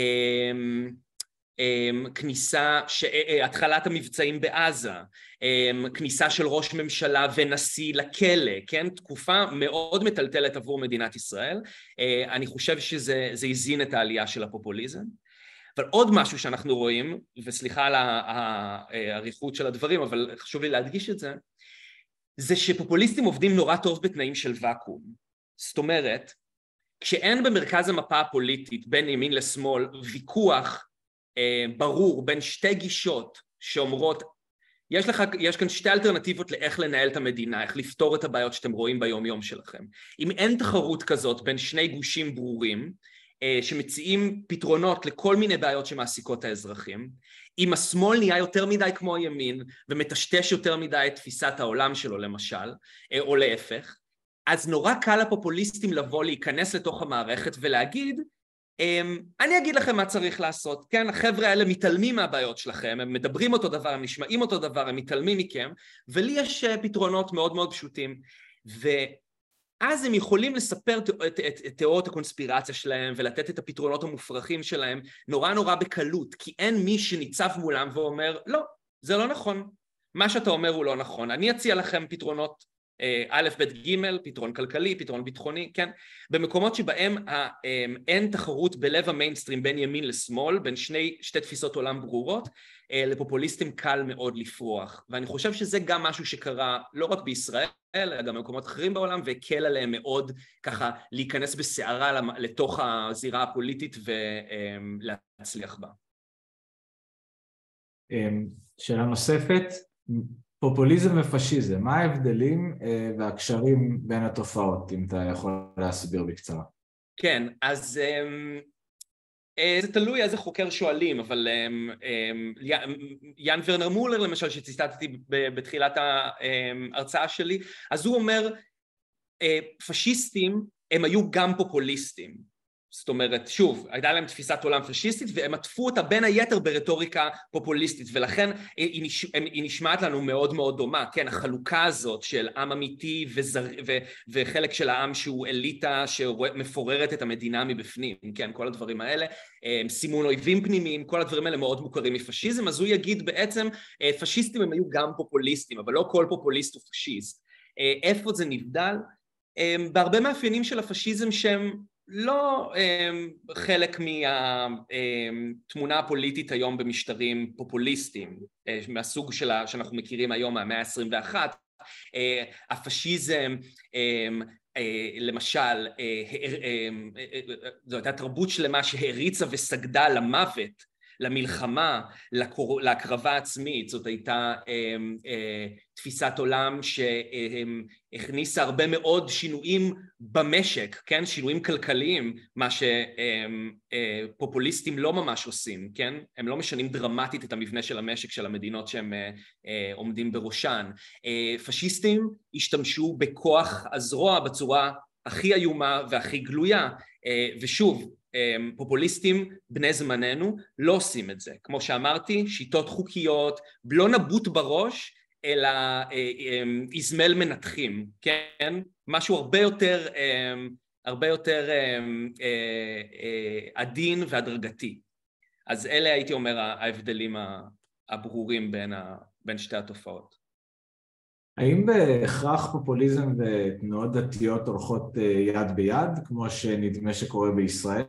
כניסה, התחלת המבצעים בעזה, כניסה של ראש ממשלה ונשיא לכלא, כן? תקופה מאוד מטלטלת עבור מדינת ישראל. אני חושב שזה הזין את העלייה של הפופוליזם. אבל עוד משהו שאנחנו רואים, וסליחה על העריכות של הדברים, אבל חשוב לי להדגיש את זה, זה שפופוליסטים עובדים נורא טוב בתנאים של ואקום. זאת אומרת, כשאין במרכז המפה הפוליטית בין ימין לשמאל ויכוח ברור בין שתי גישות שאומרות, יש כאן שתי אלטרנטיבות לאיך לנהל את המדינה, איך לפתור את הבעיות שאתם רואים ביום יום שלכם. אם אין תחרות כזאת בין שני גושים ברורים, שמציעים פתרונות לכל מיני בעיות שמעסיקות האזרחים, אם השמאל נהיה יותר מדי כמו הימין, ומטשטש יותר מדי את תפיסת העולם שלו למשל, או להפך, אז נורא קל לפופוליסטים לבוא להיכנס לתוך המערכת ולהגיד, אני אגיד לכם מה צריך לעשות, כן? החבר'ה האלה מתעלמים מהבעיות שלכם, הם מדברים אותו דבר, הם נשמעים אותו דבר, הם מתעלמים מכם, ולי יש פתרונות מאוד מאוד פשוטים, ואז הם יכולים לספר את תיאוריות הקונספירציה שלהם, ולתת את הפתרונות המופרכים שלהם, נורא נורא בקלות, כי אין מי שניצב מולם ואומר, לא, זה לא נכון, מה שאתה אומר הוא לא נכון, אני אציע לכם פתרונות, א', ב', ג', פתרון כלכלי, פתרון ביטחוני, כן? במקומות שבהם אין תחרות בלב המיינסטרים בין ימין לשמאל, בין שתי תפיסות עולם ברורות, לפופוליסטים קל מאוד לפרוח. ואני חושב שזה גם משהו שקרה לא רק בישראל, אלא גם במקומות אחרים בעולם, והקל עליהם מאוד ככה להיכנס בסערה לתוך הזירה הפוליטית ולהצליח בה. שאלה נוספת, פופוליזם ופשיזם, מה ההבדלים והקשרים בין התופעות, אם אתה יכול להסביר בקצרה? כן, אז זה תלוי איזה חוקר שואלים, אבל יאן ורנר מולר למשל, שציטטתי בתחילת ההרצאה שלי, אז הוא אומר, פשיסטים הם היו גם פופוליסטים, זאת אומרת, שוב, הייתה להם תפיסת עולם פשיסטית, והם עטפו אותה בין היתר ברטוריקה פופוליסטית, ולכן היא נשמעת לנו מאוד מאוד דומה, כן, החלוקה הזאת של עם אמיתי וחלק של העם שהוא אליטה שמפוררת את המדינה מבפנים, כן, כל הדברים האלה, סימון אויבים פנימיים, כל הדברים האלה מאוד מוכרים מפשיזם, אז הוא יגיד בעצם, פשיסטים הם היו גם פופוליסטים, אבל לא כל פופוליסט הוא פשיסט. איפה זה נבדל? בהרבה מאפיינים של הפשיזם שהם לא חלק מהתמונה הפוליטית היום במשטרים פופוליסטיים, מהסוג שאנחנו מכירים היום מהמאה ה-21, הפשיזם, למשל, זו הייתה תרבות שלמה שהריצה וסגדה למוות, למלחמה, להקרבה עצמית, זאת הייתה תפיסת עולם שהכניסה הרבה מאוד שינויים במשק, כן? שינויים כלכליים, מה שפופוליסטים לא ממש עושים, כן? הם לא משנים דרמטית את המבנה של המשק של המדינות שהם עומדים בראשן. פשיסטים השתמשו בכוח הזרוע בצורה הכי איומה והכי גלויה, ושוב, פופוליסטים בני זמננו לא עושים את זה. כמו שאמרתי, שיטות חוקיות, לא נבוט בראש, אלא איזמל מנתחים, כן? משהו הרבה יותר עדין והדרגתי. אז אלה הייתי אומר ההבדלים הברורים בין שתי התופעות. האם בהכרח פופוליזם ותנועות דתיות הולכות יד ביד, כמו שנדמה שקורה בישראל?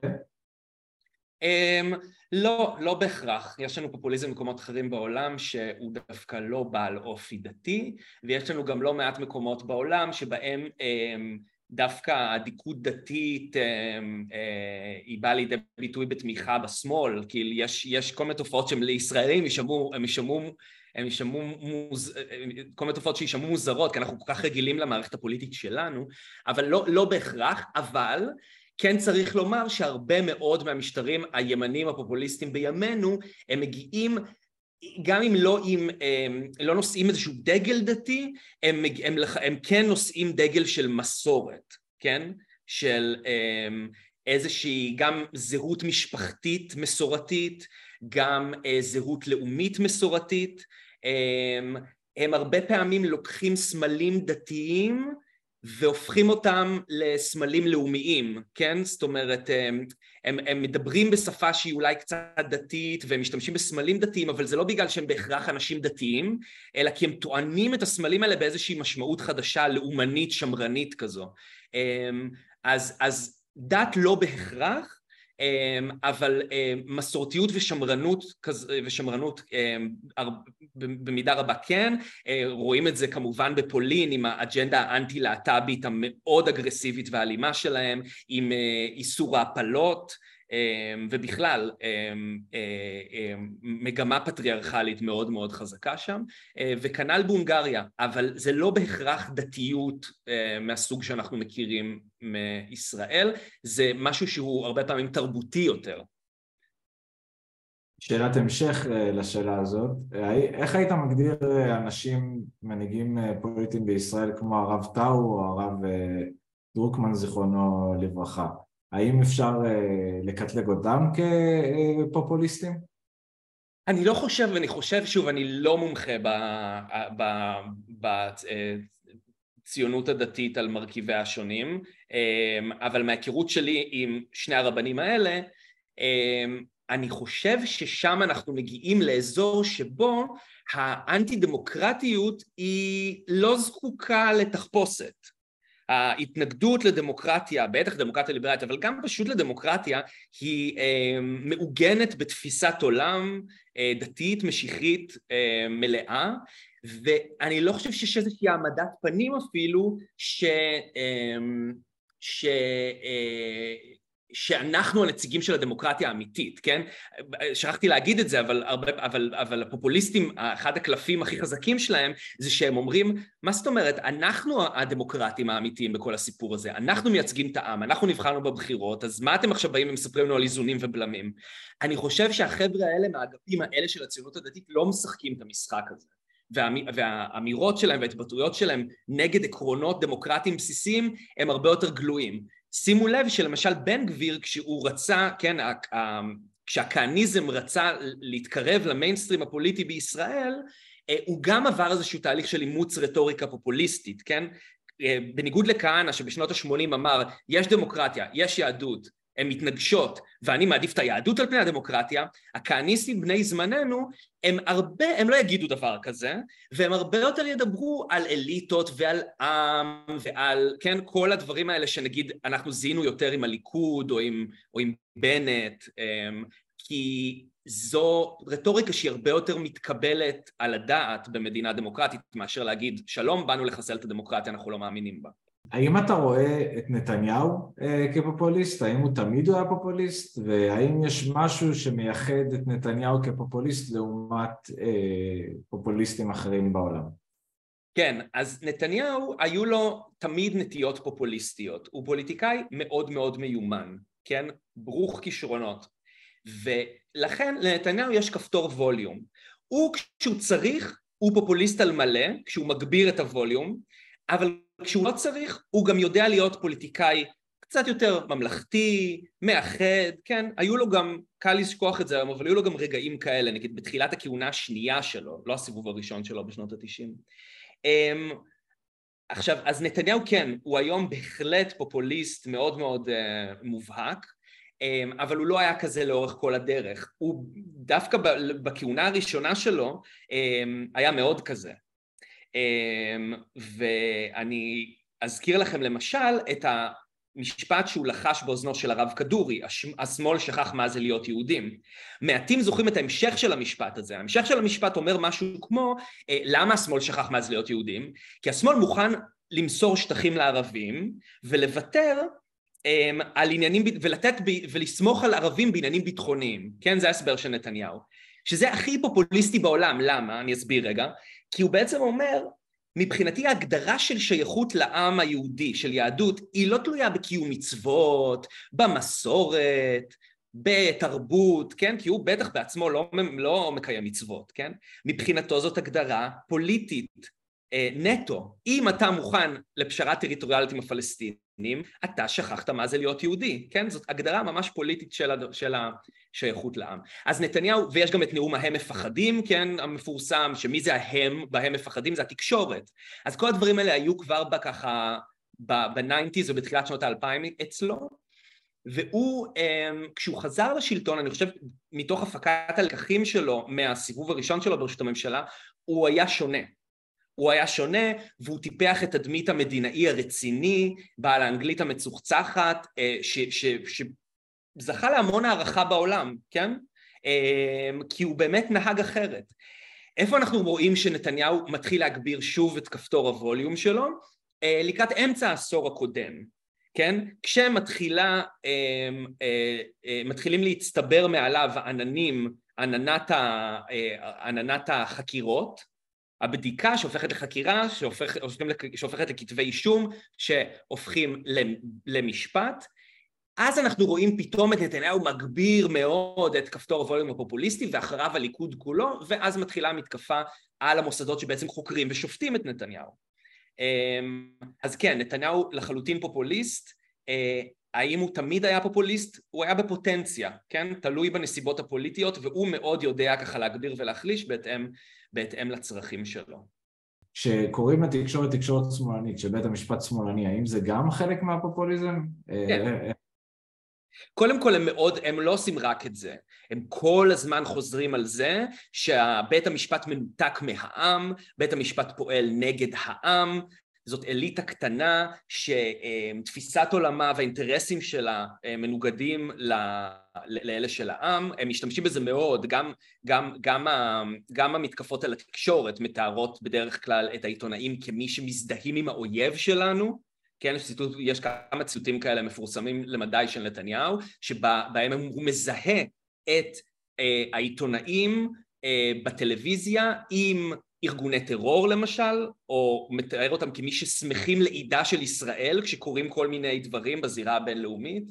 לא בהכרח. יש לנו פופוליזם במקומות אחרים בעולם שהוא דווקא לא בעל אופי דתי, ויש לנו גם לא מעט מקומות בעולם שבהם דווקא הדיקות דתית היא באה לידי ביטוי בתמיכה בשמאל, כי יש כל מיני תופעות שהם לישראלים כל מיני תופעות שישמעו מוזרות, כי אנחנו כל כך רגילים למערכת הפוליטית שלנו, אבל לא בהכרח, אבל כן צריך לומר שהרבה מאוד מהמשטרים הימנים הפופוליסטיים בימינו, הם מגיעים, גם אם לא נושאים איזשהו דגל דתי, הם כן נושאים דגל של מסורת, כן? של איזושהי גם זהות משפחתית מסורתית, גם זהות לאומית מסורתית, הם הרבה פעמים לוקחים סמלים דתיים והופכים אותם לסמלים לאומיים, כן? זאת אומרת, הם מדברים בשפה שהיא אולי קצת דתית והם משתמשים בסמלים דתיים, אבל זה לא בגלל שהם בהכרח אנשים דתיים, אלא כי הם טוענים את הסמלים האלה באיזושהי משמעות חדשה, לאומנית, שמרנית כזו. אז דת לא בהכרח, אבל מסורתיות ושמרנות במידה רבה כן, רואים את זה כמובן בפולין עם האג'נדה האנטי-להט"בית המאוד אגרסיבית והאלימה שלהם, עם איסור ההפלות ובכלל מגמה פטריארכלית מאוד מאוד חזקה שם, וכנ"ל בהונגריה, אבל זה לא בהכרח דתיות מהסוג שאנחנו מכירים מישראל, זה משהו שהוא הרבה פעמים תרבותי יותר. שאלת המשך לשאלה הזאת, איך היית מגדיר אנשים, מנהיגים פוליטיים בישראל כמו הרב טאו או הרב דרוקמן זיכרונו לברכה? האם אפשר לקטלג אותם כפופוליסטים? אני לא חושב, ואני חושב, שוב, אני לא מומחה בציונות הדתית על מרכיביה השונים, אבל מההיכרות שלי עם שני הרבנים האלה, אני חושב ששם אנחנו מגיעים לאזור שבו האנטי-דמוקרטיות היא לא זקוקה לתחפושת. ההתנגדות לדמוקרטיה, בטח דמוקרטיה ליברלית, אבל גם פשוט לדמוקרטיה, היא מעוגנת בתפיסת עולם דתית, משיחית, מלאה, ואני לא חושב שיש איזושהי העמדת פנים אפילו, שאנחנו הנציגים של הדמוקרטיה האמיתית, כן? שכחתי להגיד את זה, אבל הפופוליסטים, אחד הקלפים הכי חזקים שלהם, זה שהם אומרים, מה זאת אומרת, אנחנו הדמוקרטים האמיתיים בכל הסיפור הזה, אנחנו מייצגים את העם, אנחנו נבחרנו בבחירות, אז מה אתם עכשיו באים ומספרים לנו על איזונים ובלמים? אני חושב שהחבר'ה האלה, מהאגפים האלה של הציונות הדתית, לא משחקים את המשחק הזה. והאמירות שלהם וההתבטאויות שלהם נגד עקרונות דמוקרטיים בסיסיים הם הרבה יותר גלויים. שימו לב שלמשל בן גביר כשהוא רצה, כן, כשהכהניזם רצה להתקרב למיינסטרים הפוליטי בישראל, הוא גם עבר איזשהו תהליך של אימוץ רטוריקה פופוליסטית, כן? בניגוד לכהנא שבשנות ה-80 אמר, יש דמוקרטיה, יש יהדות, הן מתנגשות, ואני מעדיף את היהדות על פני הדמוקרטיה, הכהניסטים בני זמננו, הם לא יגידו דבר כזה, והם הרבה יותר ידברו על אליטות ועל עם, ועל, כן, כל הדברים האלה שנגיד אנחנו זיהינו יותר עם הליכוד, או עם בנט, כי זו רטוריקה שהיא הרבה יותר מתקבלת על הדעת במדינה דמוקרטית, מאשר להגיד, שלום, באנו לחסל את הדמוקרטיה, אנחנו לא מאמינים בה. האם אתה רואה את נתניהו כפופוליסט? האם הוא תמיד היה פופוליסט? והאם יש משהו שמייחד את נתניהו כפופוליסט לעומת פופוליסטים אחרים בעולם? כן, אז נתניהו היו לו תמיד נטיות פופוליסטיות. הוא פוליטיקאי מאוד מאוד מיומן, כן? ברוך כישרונות. ולכן לנתניהו יש כפתור ווליום. הוא כשהוא צריך, הוא פופוליסט על מלא, כשהוא מגביר את הווליום, אבל כשהוא לא צריך, הוא גם יודע להיות פוליטיקאי קצת יותר ממלכתי, מאחד, כן? היו לו גם, קל לשכוח את זה, אבל היו לו גם רגעים כאלה, נגיד בתחילת הכהונה השנייה שלו, לא הסיבוב הראשון שלו בשנות ה-90. עכשיו, אז נתניהו כן, הוא היום בהחלט פופוליסט מאוד מאוד מובהק, אבל הוא לא היה כזה לאורך כל הדרך. הוא דווקא בכהונה הראשונה שלו היה מאוד כזה. ואני אזכיר לכם למשל את המשפט שהוא לחש באוזנו של הרב כדורי, השמאל שכח מה זה להיות יהודים. מעטים זוכרים את ההמשך של המשפט הזה. ההמשך של המשפט אומר משהו כמו, למה השמאל שכח מה זה להיות יהודים? כי השמאל מוכן למסור שטחים לערבים ולוותר על עניינים, ולסמוך על ערבים בעניינים ביטחוניים. כן, זה ההסבר של נתניהו. שזה הכי פופוליסטי בעולם. למה? אני אסביר רגע. כי הוא בעצם אומר, מבחינתי ההגדרה של שייכות לעם היהודי, של יהדות, היא לא תלויה בקיום מצוות, במסורת, בתרבות, כן? כי הוא בטח בעצמו לא מקיים מצוות, כן? מבחינתו זאת הגדרה פוליטית, נטו. אם אתה מוכן לפשרה טריטוריאלית עם הפלסטינים, אתה שכחת מה זה להיות יהודי, כן? זאת הגדרה ממש פוליטית של השייכות לעם. אז נתניהו, ויש גם את נאום ההם מפחדים, כן? המפורסם, שמי זה ההם, בהם מפחדים, זה התקשורת. אז כל הדברים האלה היו כבר ככה, ב-90s ובתחילת שנות ה-2000 אצלו, והוא, כשהוא חזר לשלטון, אני חושב, מתוך הפקת הלקחים שלו, מהסיבוב הראשון שלו בראשות הממשלה, הוא היה שונה. הוא היה שונה, והוא טיפח את תדמית המדינאי הרציני, בעל האנגלית המצוחצחת, שזכה להמון הערכה בעולם, כן? כי הוא באמת נהג אחרת. איפה אנחנו רואים שנתניהו מתחיל להגביר שוב את כפתור הווליום שלו? לקראת אמצע העשור הקודם, כן? מתחילים להצטבר מעליו עננים, עננת החקירות, הבדיקה שהופכת לחקירה, שהופכת לכתבי אישום, שהופכים למשפט, אז אנחנו רואים פתאום את נתניהו מגביר מאוד את כפתור הווליום הפופוליסטי, ואחריו הליכוד כולו, ואז מתחילה מתקפה על המוסדות שבעצם חוקרים ושופטים את נתניהו. אז כן, נתניהו לחלוטין פופוליסט, האם הוא תמיד היה פופוליסט? הוא היה בפוטנציה, כן? תלוי בנסיבות הפוליטיות, והוא מאוד יודע ככה להגביר ולהחליש בהתאם לצרכים שלו. שקוראים לתקשורת תקשורת שמאלנית, שבית המשפט שמאלני, האם זה גם חלק מהפופוליזם? כן. קודם כל הם לא עושים רק את זה, הם כל הזמן חוזרים על זה שבית המשפט מנותק מהעם, בית המשפט פועל נגד העם, זאת אליטה קטנה שתפיסת עולמה והאינטרסים שלה מנוגדים לאלה של העם, הם משתמשים בזה מאוד, גם המתקפות על התקשורת מתארות בדרך כלל את העיתונאים כמי שמזדהים עם האויב שלנו, כן, יש כמה ציטוטים כאלה מפורסמים למדי של נתניהו, שבהם הוא מזהה את העיתונאים בטלוויזיה עם ארגוני טרור למשל, או מתאר אותם כמי ששמחים לעידה של ישראל כשקוראים כל מיני דברים בזירה הבינלאומית.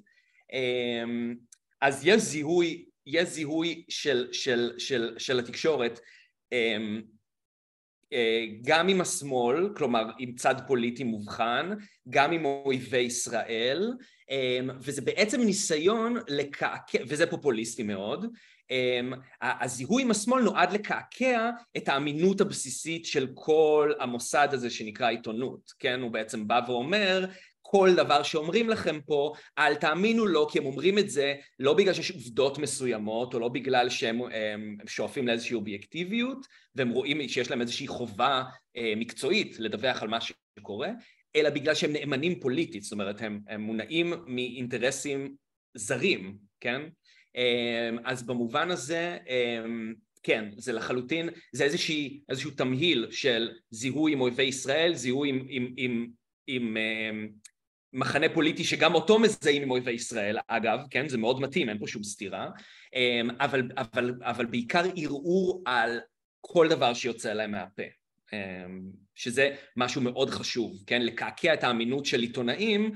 אז יש זיהוי של התקשורת גם עם השמאל, כלומר עם צד פוליטי מובחן, גם עם אויבי ישראל, וזה בעצם ניסיון לקעקע, וזה פופוליסטי מאוד, הזיהוי עם השמאל נועד לקעקע את האמינות הבסיסית של כל המוסד הזה שנקרא עיתונות, כן? הוא בעצם בא ואומר, כל דבר שאומרים לכם פה, אל תאמינו לו, כי הם אומרים את זה לא בגלל שיש עובדות מסוימות, או לא בגלל שהם שואפים לאיזושהי אובייקטיביות, והם רואים שיש להם איזושהי חובה מקצועית לדווח על מה שקורה, אלא בגלל שהם נאמנים פוליטית, זאת אומרת, הם מונעים מאינטרסים זרים, כן? אז במובן הזה, כן, זה לחלוטין, זה איזשהו תמהיל של זיהוי עם אויבי ישראל, זיהוי עם מחנה פוליטי שגם אותו מזהים עם אויבי ישראל, אגב, כן, זה מאוד מתאים, אין פה שום סתירה, אבל בעיקר ערעור על כל דבר שיוצא להם מהפה, שזה משהו מאוד חשוב, כן, לקעקע את האמינות של עיתונאים,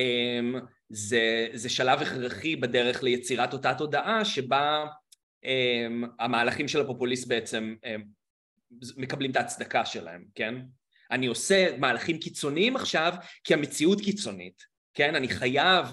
זה שלב הכרחי בדרך ליצירת אותה תודעה שבה המהלכים של הפופוליסט בעצם מקבלים את ההצדקה שלהם, כן? אני עושה מהלכים קיצוניים עכשיו כי המציאות קיצונית, כן? אני חייב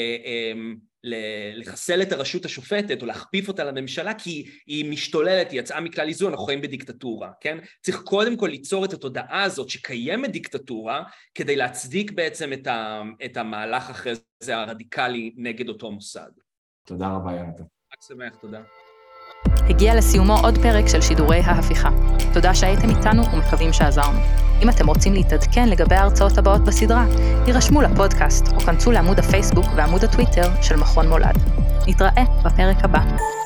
לחסל את הרשות השופטת או להכפיף אותה לממשלה כי היא משתוללת, היא יצאה מכלל איזון, אנחנו חיים בדיקטטורה, כן? צריך קודם כל ליצור את התודעה הזאת שקיימת דיקטטורה כדי להצדיק בעצם את המהלך אחרי זה הרדיקלי נגד אותו מוסד. תודה רבה, יונתן. רק שמח, תודה. הגיע לסיומו עוד פרק של שידורי ההפיכה. תודה שהייתם איתנו ומקווים שעזרנו. אם אתם רוצים להתעדכן לגבי ההרצאות הבאות בסדרה, הירשמו לפודקאסט או כנסו לעמוד הפייסבוק ועמוד הטוויטר של מכון מולד. נתראה בפרק הבא.